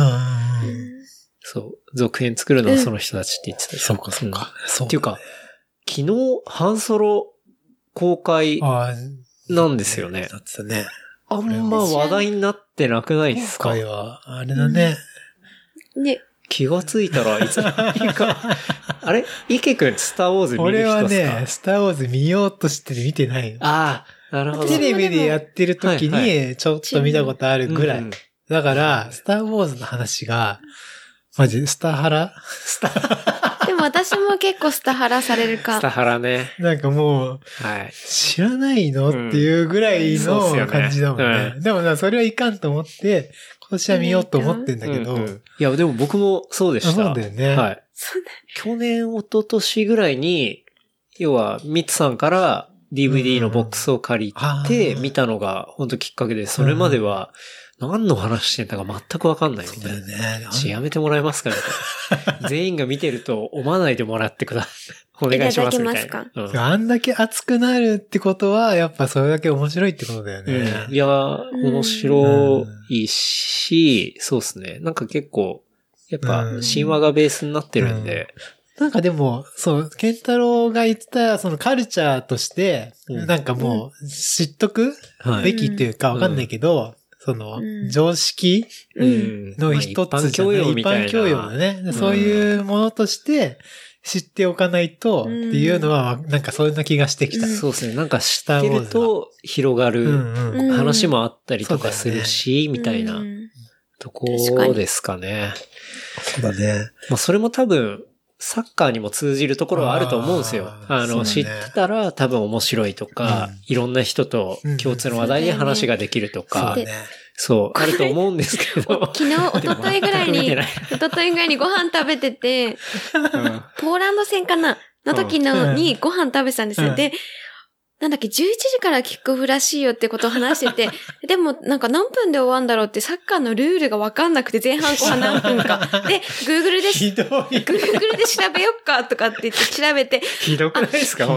そう。続編作るのはその人たちって言ってた。 そうか、そうか。 っていうか、昨日、ハンソロ公開なんですよね。 だってね。 あんま話題になってなくないですか？ 今回は、あれだね。 ね。 気がついたらいつの間にか、あれ池くんスターウォーズ見る人ですか？ 俺はね、スターウォーズ見ようとして見てないの。 なるほど。 テレビでやってる時に、ちょっと見たことあるぐらい。だから、スターウォーズの話が、マジ、スタハラでも私も結構スタハラされるか。 スタハラね。 なんかもう、知らないのっていうぐらいの感じだもんね。でもそれはいかんと思って、今年は見ようと思ってんだけど。 いや、でも僕もそうでした。 そうだよね。 はい。去年、一昨年ぐらいに、要は、ミツさんから DVD のボックスを借りて見たのが本当きっかけで、それまでは何の話してたか全くわかんないみたいな。やめてもらえますかね。全員が見てると思わないでもらってください。お願いしますみたいな。 あんだけ熱くなるってことは、やっぱそれだけ面白いってことだよね。 いや、面白いし、そうですね。なんか結構、やっぱ神話がベースになってるんで。 なんかでも、そう、ケンタロウが言ってた、そのカルチャーとして、なんかもう、知っとくべきっていうかわかんないけど、その、常識の一つじゃない、一般教養だね。そういうものとして知っておかないとっていうのは、なんかそんな気がしてきた。 そうですね。なんか知ってると広がる話もあったりとかするし、みたいなとこですかね。 そうだね。 まあそれも多分、サッカーにも通じるところはあると思うんですよ。知ってたら多分面白いとか、いろんな人と共通の話題で話ができるとか、そう、あると思うんですけど。 昨日、一昨日ぐらいにご飯食べてて、ポーランド戦かなの時にご飯食べてたんですよ。で、なんだっけ、11時からキックオフらしいよってことを話してて、でもなんか何分で終わんだろうってサッカーのルールがわかんなくて前半後半何分か。で、Google で調べよっかとかって言って調べて。 ひどくないですか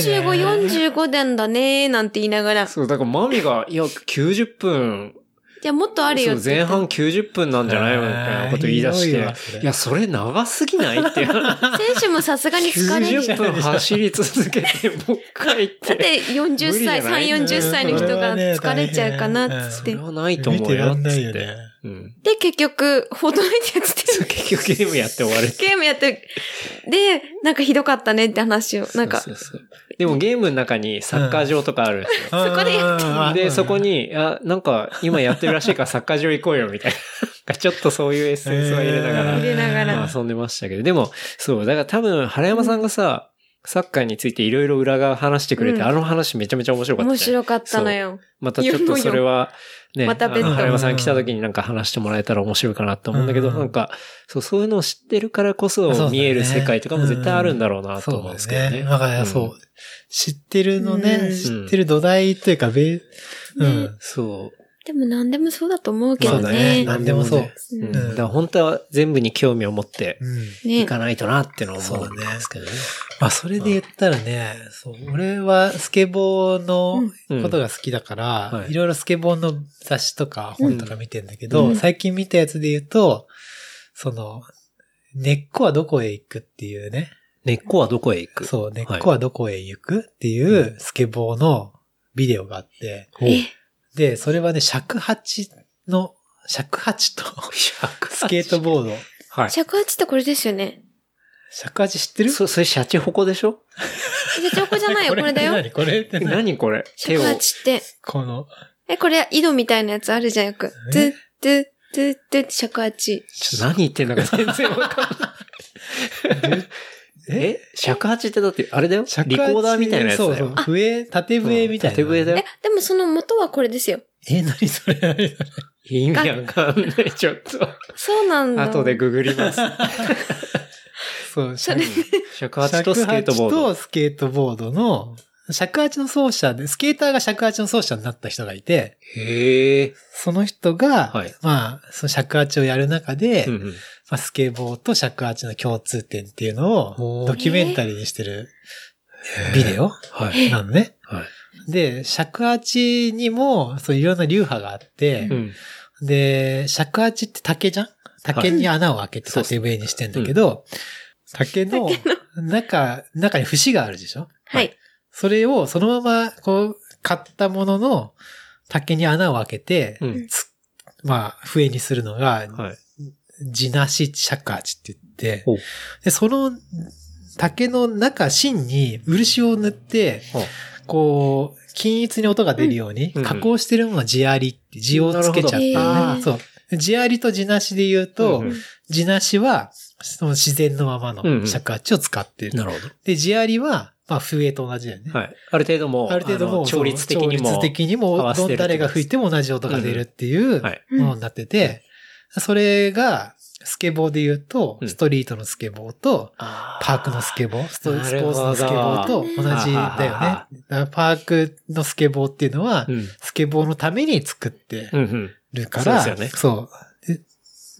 45、45なんだねーなんて言いながら。 そう、だからマミが、いや、90分。 いや、もっとあるよって。 前半90分なんじゃないのみたいなこと言い出して。いや、それ長すぎないって。選手もさすがに疲れる。 90分走り続けて、もう一回行って。 だって40歳、3、40歳の人が疲れちゃうかなっつって。 それはないと思うよ。 見てらんないよね。 で、結局、フォートナイトやってる。 結局ゲームやって終わる。 ゲームやって、で、なんかひどかったねって話を、なんか。 そう。でもゲームの中にサッカー場とかあるんですよ。 そこでやってる。で、そこに、なんか今やってるらしいからサッカー場行こうよみたいな。ちょっとそういうエッセンスは入れながら。遊んでましたけど。でも、そう、だから多分、原山さんがさ、サッカーについていろいろ裏側話してくれて、あの話めちゃめちゃ面白かった。 面白かったのよ。 またちょっとそれは、ね、 また別途。 原山さん来た時になんか話してもらえたら面白いかなと思うんだけど、なんか、そういうのを知ってるからこそ見える世界とかも絶対あるんだろうなと思うんですけどね。 だからそう。知ってるのね、知ってる土台というか、 そう。 でも何でもそうだと思うけどね。 そうだね。何でもそう。 だから本当は全部に興味を持っていかないとなってのは思うんですけどね。 まあそれで言ったらね、そう、俺はスケボーのことが好きだから、いろいろスケボーの雑誌とか本とか見てんだけど、最近見たやつで言うと、根っこはどこへ行くっていうね。 根っこはどこへ行く？ そう、根っこはどこへ行くっていうスケボーのビデオがあって、で、それはね、尺八とスケートボード。 はい。尺八ってこれですよね。 尺八知ってる？ それシャチホコでしょ？ シャチホコじゃないよ、これだよ。 これって何これ？ 尺八って。 この。 これ、井戸みたいなやつあるじゃん、よく。トゥって尺八。 何言ってんのか全然わかんない。尺八ってだって、あれだよリコーダーみたいなやつだよ。 そう。縦笛みたいな。 縦笛だよ。 でもその元はこれですよ。 何それ意味わかんない、ちょっと。 そうなんだ。 後でググります。 そう、 それ尺八とスケートボード。 尺八とスケートボードの、尺八の奏者で、スケーターが尺八の奏者になった人がいて、その人が、まあ、その尺八をやる中で、まあ、スケボーと尺八の共通点っていうのをドキュメンタリーにしてるビデオなのね。で、尺八にもそういろんな流派があって、で、尺八って竹じゃん？竹に穴を開けて縦笛にしてんだけど、竹の中に節があるでしょ？ はい。 それをそのままこう買ったものの竹に穴を開けて、まあ笛にするのが、地なし尺八って言って、で、その竹の中、芯に漆を塗って、こう、均一に音が出るように加工してるものは地ありって字をつけちゃったね。そう。地ありと地なしで言うと、地なしはその自然のままの尺八を使ってる。 なるほど。 で、地ありは、まあ、笛と同じだよね。 はい。ある程度も、調律的にも、 誰が吹いても同じ音が出るっていうものになってて、それが、スケボーで言うと、ストリートのスケボーと、パークのスケボー、スポーツのスケボーと同じだよね。だからパークのスケボーっていうのは、スケボーのために作ってるから、そう。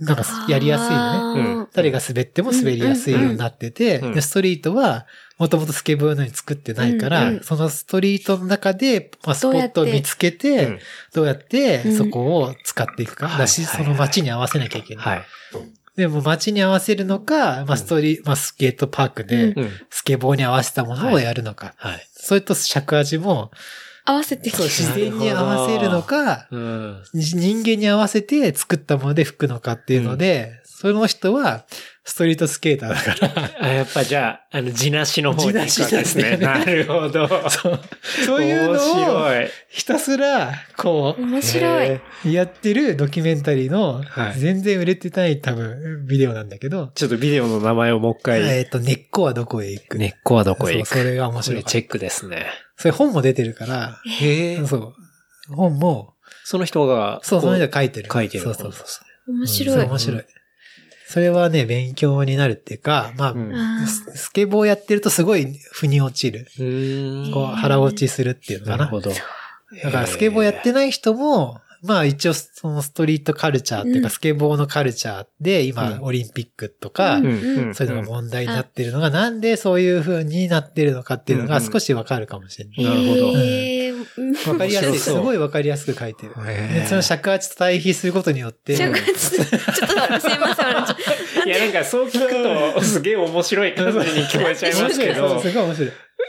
なんかやりやすいよね。誰が滑っても滑りやすいようになってて、でストリートはもともとスケボーのように作ってないから、そのストリートの中で、まあ、スポットを見つけて、どうやってそこを使っていくか。だし、その街に合わせなきゃいけない。でも街に合わせるのか、まあ、スケートパークでスケボーに合わせたものをやるのか。それと尺八も、 合わせてそう、自然に合わせるのか、人間に合わせて作ったもので吹くのかっていうので、その人はストリートスケーターだから。 やっぱじゃあ、地なしの方に行くわけですね。なるほど。 そういうのをひたすら、こう、 面白い。 やってるドキュメンタリーの、全然売れてない多分、ビデオなんだけど。 ちょっとビデオの名前をもう一回。 根っこはどこへ行く。 根っこはどこへ行く。 それが面白い。 チェックですね。 それ本も出てるから、そう。本も、 その人が、 そう、その人が書いてる。 書いてる。 そう。 面白い。 面白い。それはね、勉強になるっていうか、まあ、スケボーやってるとすごい腑に落ちる。こう、腹落ちするっていうのかな。 なるほど。 だからスケボーやってない人も、まあ一応そのストリートカルチャーっていうかスケボーのカルチャーで今オリンピックとかそういうのが問題になってるのがなんでそういう風になってるのかっていうのが少しわかるかもしれない。 なるほど。わかりやすい。すごいわかりやすく書いてる。でその尺八と対比することによって。 尺八、ちょっとすいません。 いやなんかそう聞くとすげえ面白い感じに聞こえちゃいますけど。 すごい面白い。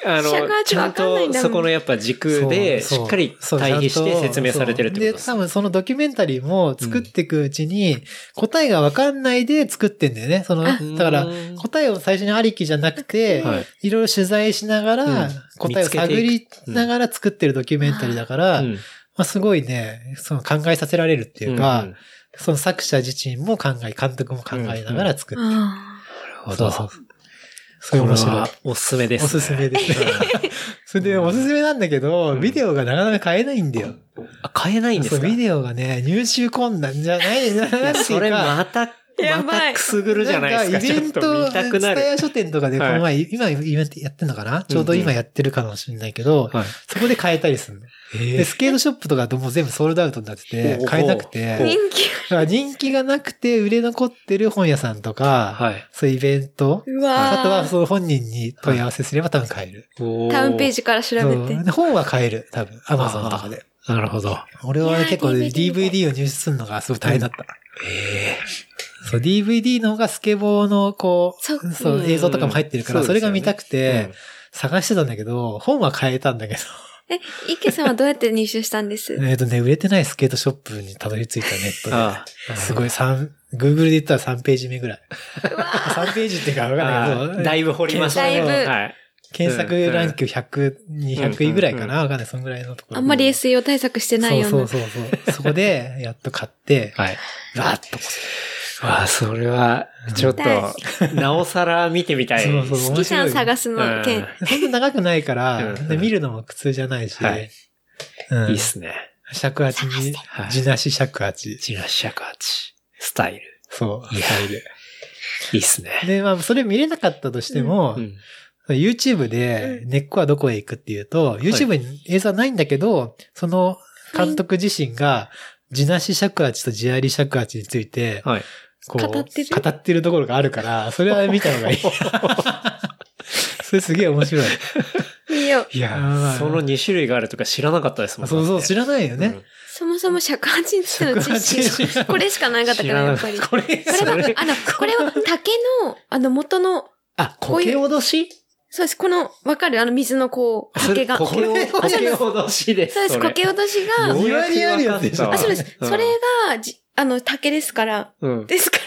ちゃんとそこのやっぱ軸でしっかり対比して説明されてるってことです。 で、多分そのドキュメンタリーも作っていくうちに答えがわかんないで作ってんだよね。だから答えを最初にありきじゃなくて、いろいろ取材しながら答えを探りながら作ってるドキュメンタリーだから、まあすごいね、考えさせられるっていうか、その作者自身も監督も考えながら作ってる。なるほど。 そういう面白い。 おすすめですね。 おすすめです。それでおすすめなんだけど、ビデオがなかなか買えないんだよ。 買えないんですか？ そう、ビデオがね、入手困難じゃないそれまたくすぐるじゃないですか。 イベント、 見たくなる。 スタヤ書店とかでこの前、今イベントやってんのかな？ちょうど今やってるかもしれないけど、そこで買えたりするの。で、スケートショップとかともう全部ソールドアウトになってて、買えなくて。人気がなくて売れ残ってる本屋さんとか、そういうイベント、あとはその本人に問い合わせすれば多分買える。 タウンページから調べて。 本は買える、多分。アマゾンとかで。 なるほど。 俺は結構 DVD を入手するのがすごい大変だった。そう、DVD の方がスケボーのそう、映像とかも入ってるから、それが見たくて、探してたんだけど、本は買えたんだけど。 池さんはどうやって入手したんです？ 売れてないスケートショップにたどり着いたネットで。すごいGoogle で言ったら3ページ目ぐらい。3ページっていうかわかんないけど。 だいぶ掘りましたね。 だいぶ。 検索ランク100、200位ぐらいかなわかんない。そんぐらいのところ。 あんまり SEO 対策してないような。 そう。そこで、やっと買って、わーっと。 それは、ちょっと、なおさら見てみたい。 好きさん探すの件。 そんな長くないから、見るのも苦痛じゃないし。 いいっすね。 尺八に、地なし尺八。 地なし尺八。スタイル。 そう、スタイル。 いいっすね。 で、まあ、それ見れなかったとしても、YouTube で根っこはどこへ行くっていうと、YouTube に映像はないんだけど、その監督自身が、地なし尺八と地あり尺八について、 語ってるところがあるから、それは見た方がいい。それすげえ面白い。 いいよ。 いや、その2種類があるとか知らなかったですもんね。 そう、知らないよね。 そもそも尺八についての知識、これしかなかったから、やっぱり。これは竹の、元の、 苔おどし？ そうです。わかる？水の苔が。 苔おどしです。 そうです。苔おどしが。 庭にあるやつでしょ。 そうです。それが、竹ですから。ですから。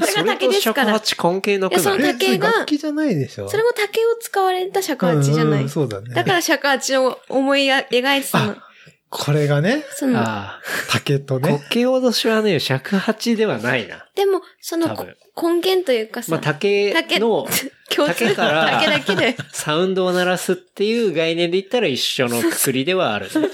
それが竹ですから。 尺八関係なくない？ その竹が。 楽器じゃないでしょ。 それも竹を使われた尺八じゃない。 そうだね。 だから尺八を思い描いてたの。 これがね。竹とね。 苔おどしはね、尺八ではないな。 でも、根源というかさ。 竹から竹だけでサウンドを鳴らすっていう概念で言ったら一緒のくくりではあるね。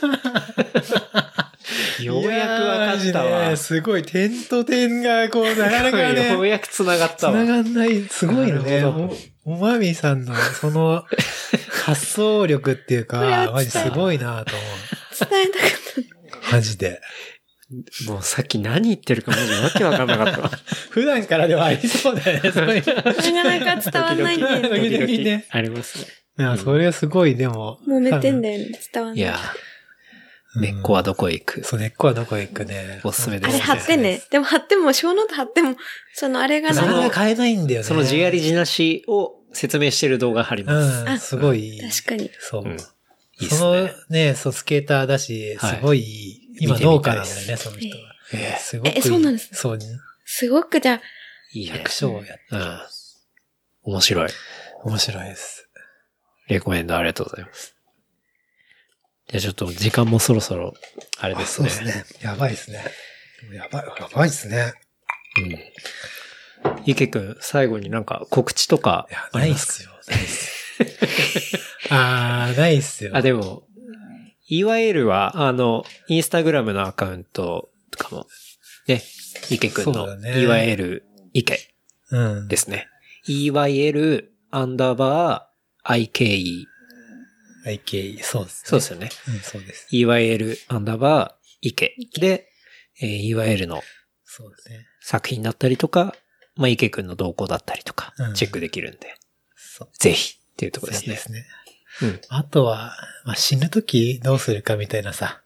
ようやくわかったわ。 すごい、点と点がなかなかね。 ようやく繋がったわ。 繋がんない、すごいよね。おまみさんのその発想力っていうか、マジすごいなと思う。 伝えたかった。 マジで。 もうさっき何言ってるかマジわけわかんなかったわ。 普段からではありそうだよね、そういう。なかなか伝わんないんだよね。 時々ね。ありますね。 いや、それはすごい、でも。 揉めてんだよね、伝わんない。 いや、根っこはどこへ行く？ そう、根っこはどこへ行くね。 おすすめです。 あれ貼ってね。でも貼っても、小ノート貼っても、あれがなかなか買えないんだよね。 その地あり地なしを説明してる動画貼ります。 すごい。 確かに。 そう。そのね、スケーターだし、すごい、今農家なんだよね、その人は。すごく。 そうなんです。 そう。 すごくじゃあ、 いい役所をやって面白い。 面白いです。 レコメンドありがとうございます。じゃあちょっと時間もそろそろ、あれですね。 そうですね。やばいですね。やばいですね。 池くん、最後になんか告知とかないっすよ。ないっす。ないっすよ。 でも、いわゆるは、インスタグラムのアカウントとかも、ね、池くんの、いわゆる池ですね。EYL_IKE。 IKE、そうですね。 そうですよね。 そうです。 EYL_池で、EYL の作品だったりとか、池くんの動向だったりとか、チェックできるんで、ぜひっていうところですね。 ですね。あとは、死ぬときどうするかみたいなさ。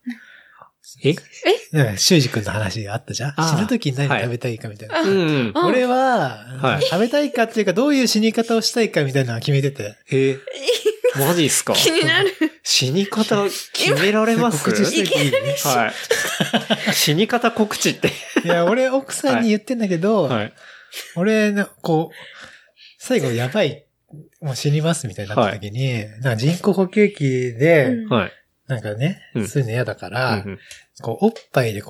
修二くんの話があったじゃん。死ぬときに何食べたいかみたいな。俺は、食べたいかっていうか、どういう死に方をしたいかみたいなのは決めてて。 マジっすか？ 気になる。 死に方決められます？ 告知していい？ はい。死に方告知って。 いや、俺奥さんに言ってんだけど、 はい。 俺、最後やばい、もう死にますみたいになった時に、なんか人工呼吸器で、 はい。 なんかね、そういうの嫌だから、 うんおっぱいで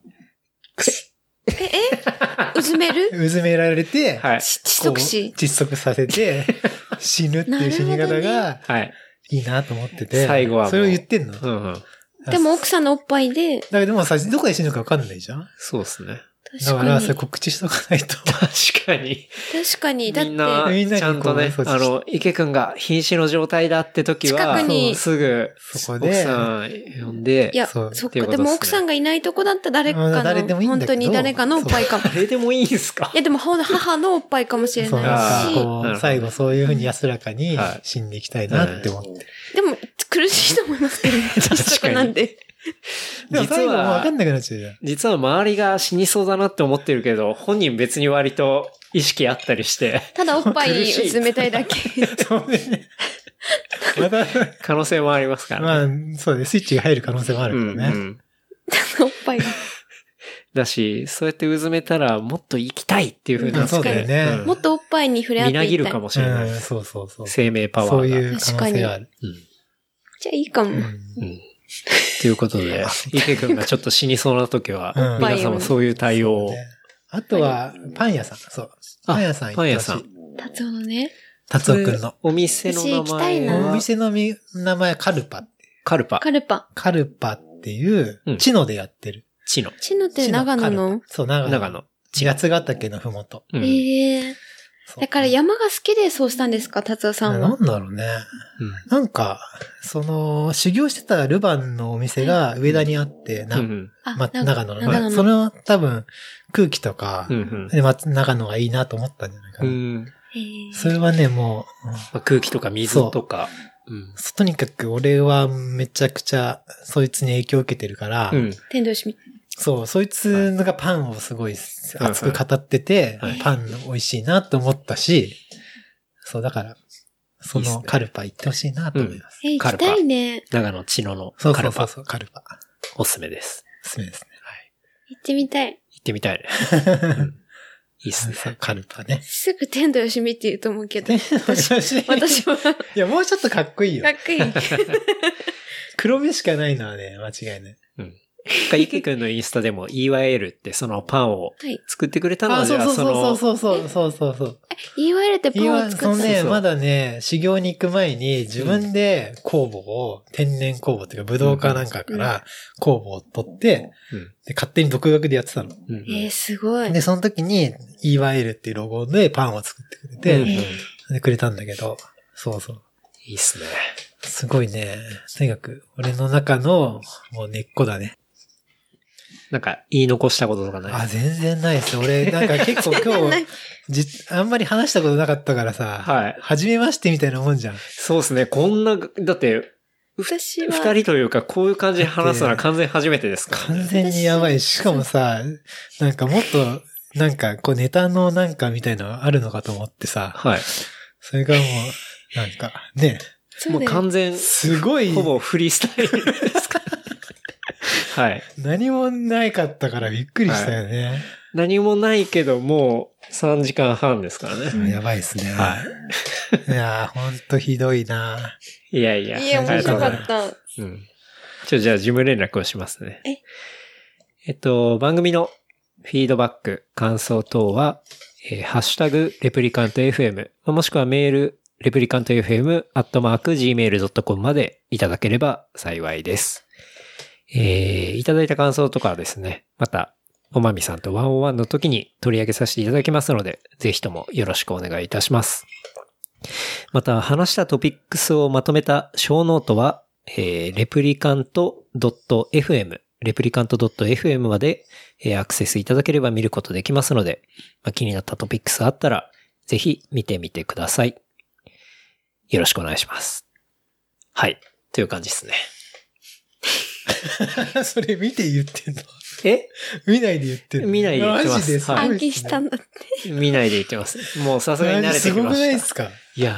うずめる？ うずめられて、 はい。 窒息させて、死ぬっていう死に方が、 はい。 いいなと思ってて、 最後はそれを言ってんの。 でも奥さんのおっぱいで。 だけどもさ、どこで死ぬかわかんないじゃん？ そうですね。 だから、それ告知しとかないと。 確かに。 確かに。だって。 みんなちゃんとね、池くんが瀕死の状態だって時は、 近くにすぐ、 そこで、 奥さん呼んで、 いや、そっか。でも奥さんがいないとこだったら誰かの、本当に誰かのおっぱいかも。 誰でもいいんすか？ いや、でも母のおっぱいかもしれないし。 最後そういうふうに安らかに死んでいきたいなって思って。 でも、苦しいと思いますけどね。確かに。なんで。 実はもう分かんなくなっちゃうじゃん。 実は周りが死にそうだなって思ってるけど、本人別に割と意識あったりして。 ただおっぱい薄めたいだけ。 そうね。また可能性もありますからね。まあ、そうね。スイッチが入る可能性もあるからね。 ただおっぱい。 だし、そうやってうずめたらもっと生きたいっていう風にそうだよね。 もっとおっぱいに触れ合っていきたい。 みなぎるかもしれない。 そうそうそう。 生命パワーが。 そういう可能性がある。 じゃあいいかも。 ということで、池くんがちょっと死にそうな時は、皆さんもそういう対応を。 あとは、パン屋さん。そう。パン屋さん行ってほしい。 達夫のね。 達夫くんの。 お店の名前は。 お店の名前はカルパって。 カルパ。 カルパ。 カルパっていう、チノでやってる。 チノ。 チノって長野の？ そう、長野。八ヶ岳のふもと。だから山が好きでそうしたんですか、達夫さんは。 なんだろうね。なんか、修行してたルヴァンのお店が上田にあって、長野の。その多分空気とか、長野がいいなと思ったんじゃないかな。それはね、もう。空気とか水とか。 とにかく俺はめちゃくちゃそいつに影響を受けてるから、 天童市みたい。 そう、そいつがパンをすごい熱く語ってて、パン美味しいなと思ったし、そう、だから、そのカルパ行ってほしいなと思います。 行きたいね。 長野チノのカルパ。 そう、カルパ。 おすすめです。 おすすめですね。 はい。行ってみたい。 行ってみたいね。いいっすね。 カルパね。 すぐ天童よしみって言うと思うけど。私は。 いや、もうちょっとかっこいいよ。 かっこいい。 黒目しかないのはね、間違いない。 池くんのインスタでも EYL ってそのパンを作ってくれたのは、 そう。 EYL ってパンを作ったのね、まだね、修行に行く前に自分で酵母を、天然酵母っていうか、ブドウかなんかから酵母を取って、で勝手に独学でやってたの。 すごい。 で、その時に EYL っていうロゴでパンを作ってくれて、でくれたんだけど、そう。 いいっすね。 すごいね。とにかく、俺の中のもう根っこだね。 なんか、言い残したこととかない？ 全然ないです。俺、なんか結構今日、あんまり話したことなかったからさ、初めましてみたいなもんじゃん。 そうですね。こんな、だって、二人というか、こういう感じで話すのは完全初めてですから、 ね。完全にやばい。しかもさ、なんかもっと、なんかこうネタのなんかみたいなのあるのかと思ってさ、それがもう、なんか、ね。 もう完全、 すごい。 ほぼフリースタイルですか？ 何もないかったからびっくりしたよね。 何もないけど、もう3時間半ですからね。 やばいですね。いやー、ほんとひどいな。 いや、 面白かった。 じゃあ事務連絡をしますね。番組のフィードバック、感想等は、ハッシュタグ、レプリカント FM、もしくはメール、レプリカント FM@gmail.com までいただければ幸いです。いただいた感想とかはですね、また、おまみさんと101の時に取り上げさせていただきますので、ぜひともよろしくお願いいたします。また、話したトピックスをまとめた小ノートは、レプリカント .fm、レプリカント .fm まで、アクセスいただければ見ることできますので、気になったトピックスあったら、ぜひ見てみてください。よろしくお願いします。はい。という感じですね。 それ見て言ってんの？見ないで言ってんの？ 見ないで言ってます。 マジですごい暗記したんだって。 見ないで言ってます。もうさすがに慣れてきました。 すごくないですか？ いや、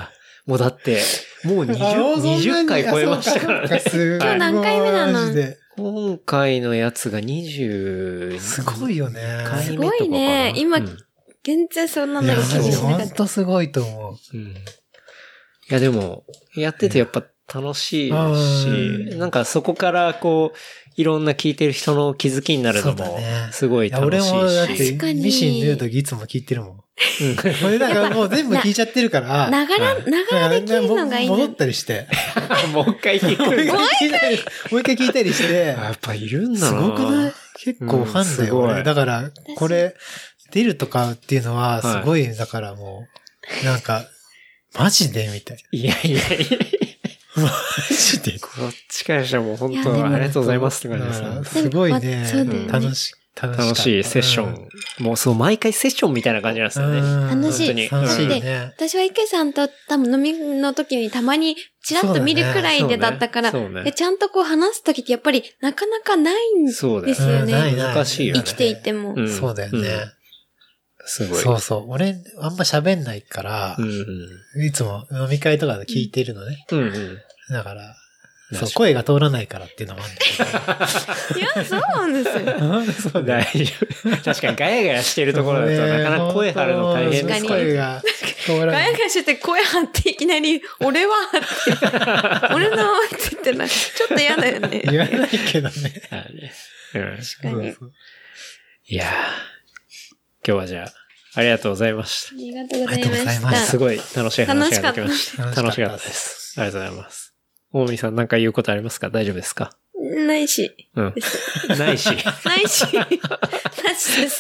もうだって、もう20回超えましたからね。 今日何回目なの？ 今回のやつが20。 すごいよね。 すごいね。今、全然そんなの気にしなかった。 ほんとすごいと思う。 いやでも、やっててやっぱ楽しいし、なんかそこからこう、いろんな聞いてる人の気づきになるのも、すごい楽しいし。 俺もだって、ミシン縫うときいつも聞いてるもん。これだからもう全部聞いちゃってるから。 ながらで聞くのがいい。 戻ったりして。 もう一回聞く。もう一回聞いたりして。 やっぱいるんだな。 すごくない？結構ファンだよ、ね。だから、これ、出るとかっていうのは、すごい、だからもう、なんか、マジでみたいな。 いや。マジでこっちからしたらもう本当ありがとうございますって感じです。 すごいね。楽しいセッション。もうそう、毎回セッションみたいな感じなんですよね。 楽しい。 楽しいね。私は池さんと多分飲みの時にたまにチラッと見るくらいでだったから、ちゃんとこう話す時ってやっぱりなかなかないんですよね。 難しいよね。 生きていても。 そうだよね。 すごい。 そうそう。俺、あんま喋んないから、いつも飲み会とかで聞いてるのね。だから、そう、声が通らないからっていうのもあるんだけど。 いや、そうなんですよ。 そう大丈夫。確かにガヤガヤしてるところだとなかなか声張るの大変ですから。 声が通らない。 ガヤガヤしてて声張っていきなり、俺はって、俺のって言ってない。ちょっと嫌だよね。 言わないけどね。 確かに。 いやー、今日はじゃあ、ありがとうございました。 ありがとうございました。 すごい楽しい話ができました。楽しかったです。ありがとうございます。大見さんなんか言うことありますか？大丈夫ですか？ ないし。 ないし。 ないし。なしです。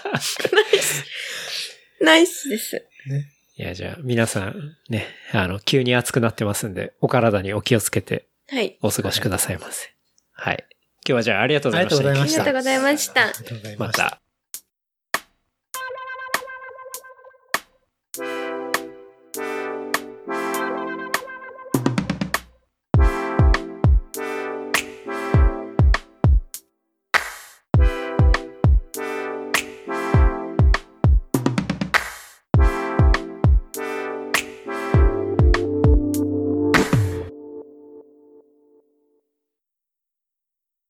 ナイスです。 いや、じゃあ皆さんね、急に暑くなってますんで、お体にお気をつけて、お過ごしくださいませ。はい。今日はじゃあありがとうございました。 ありがとうございました。 また。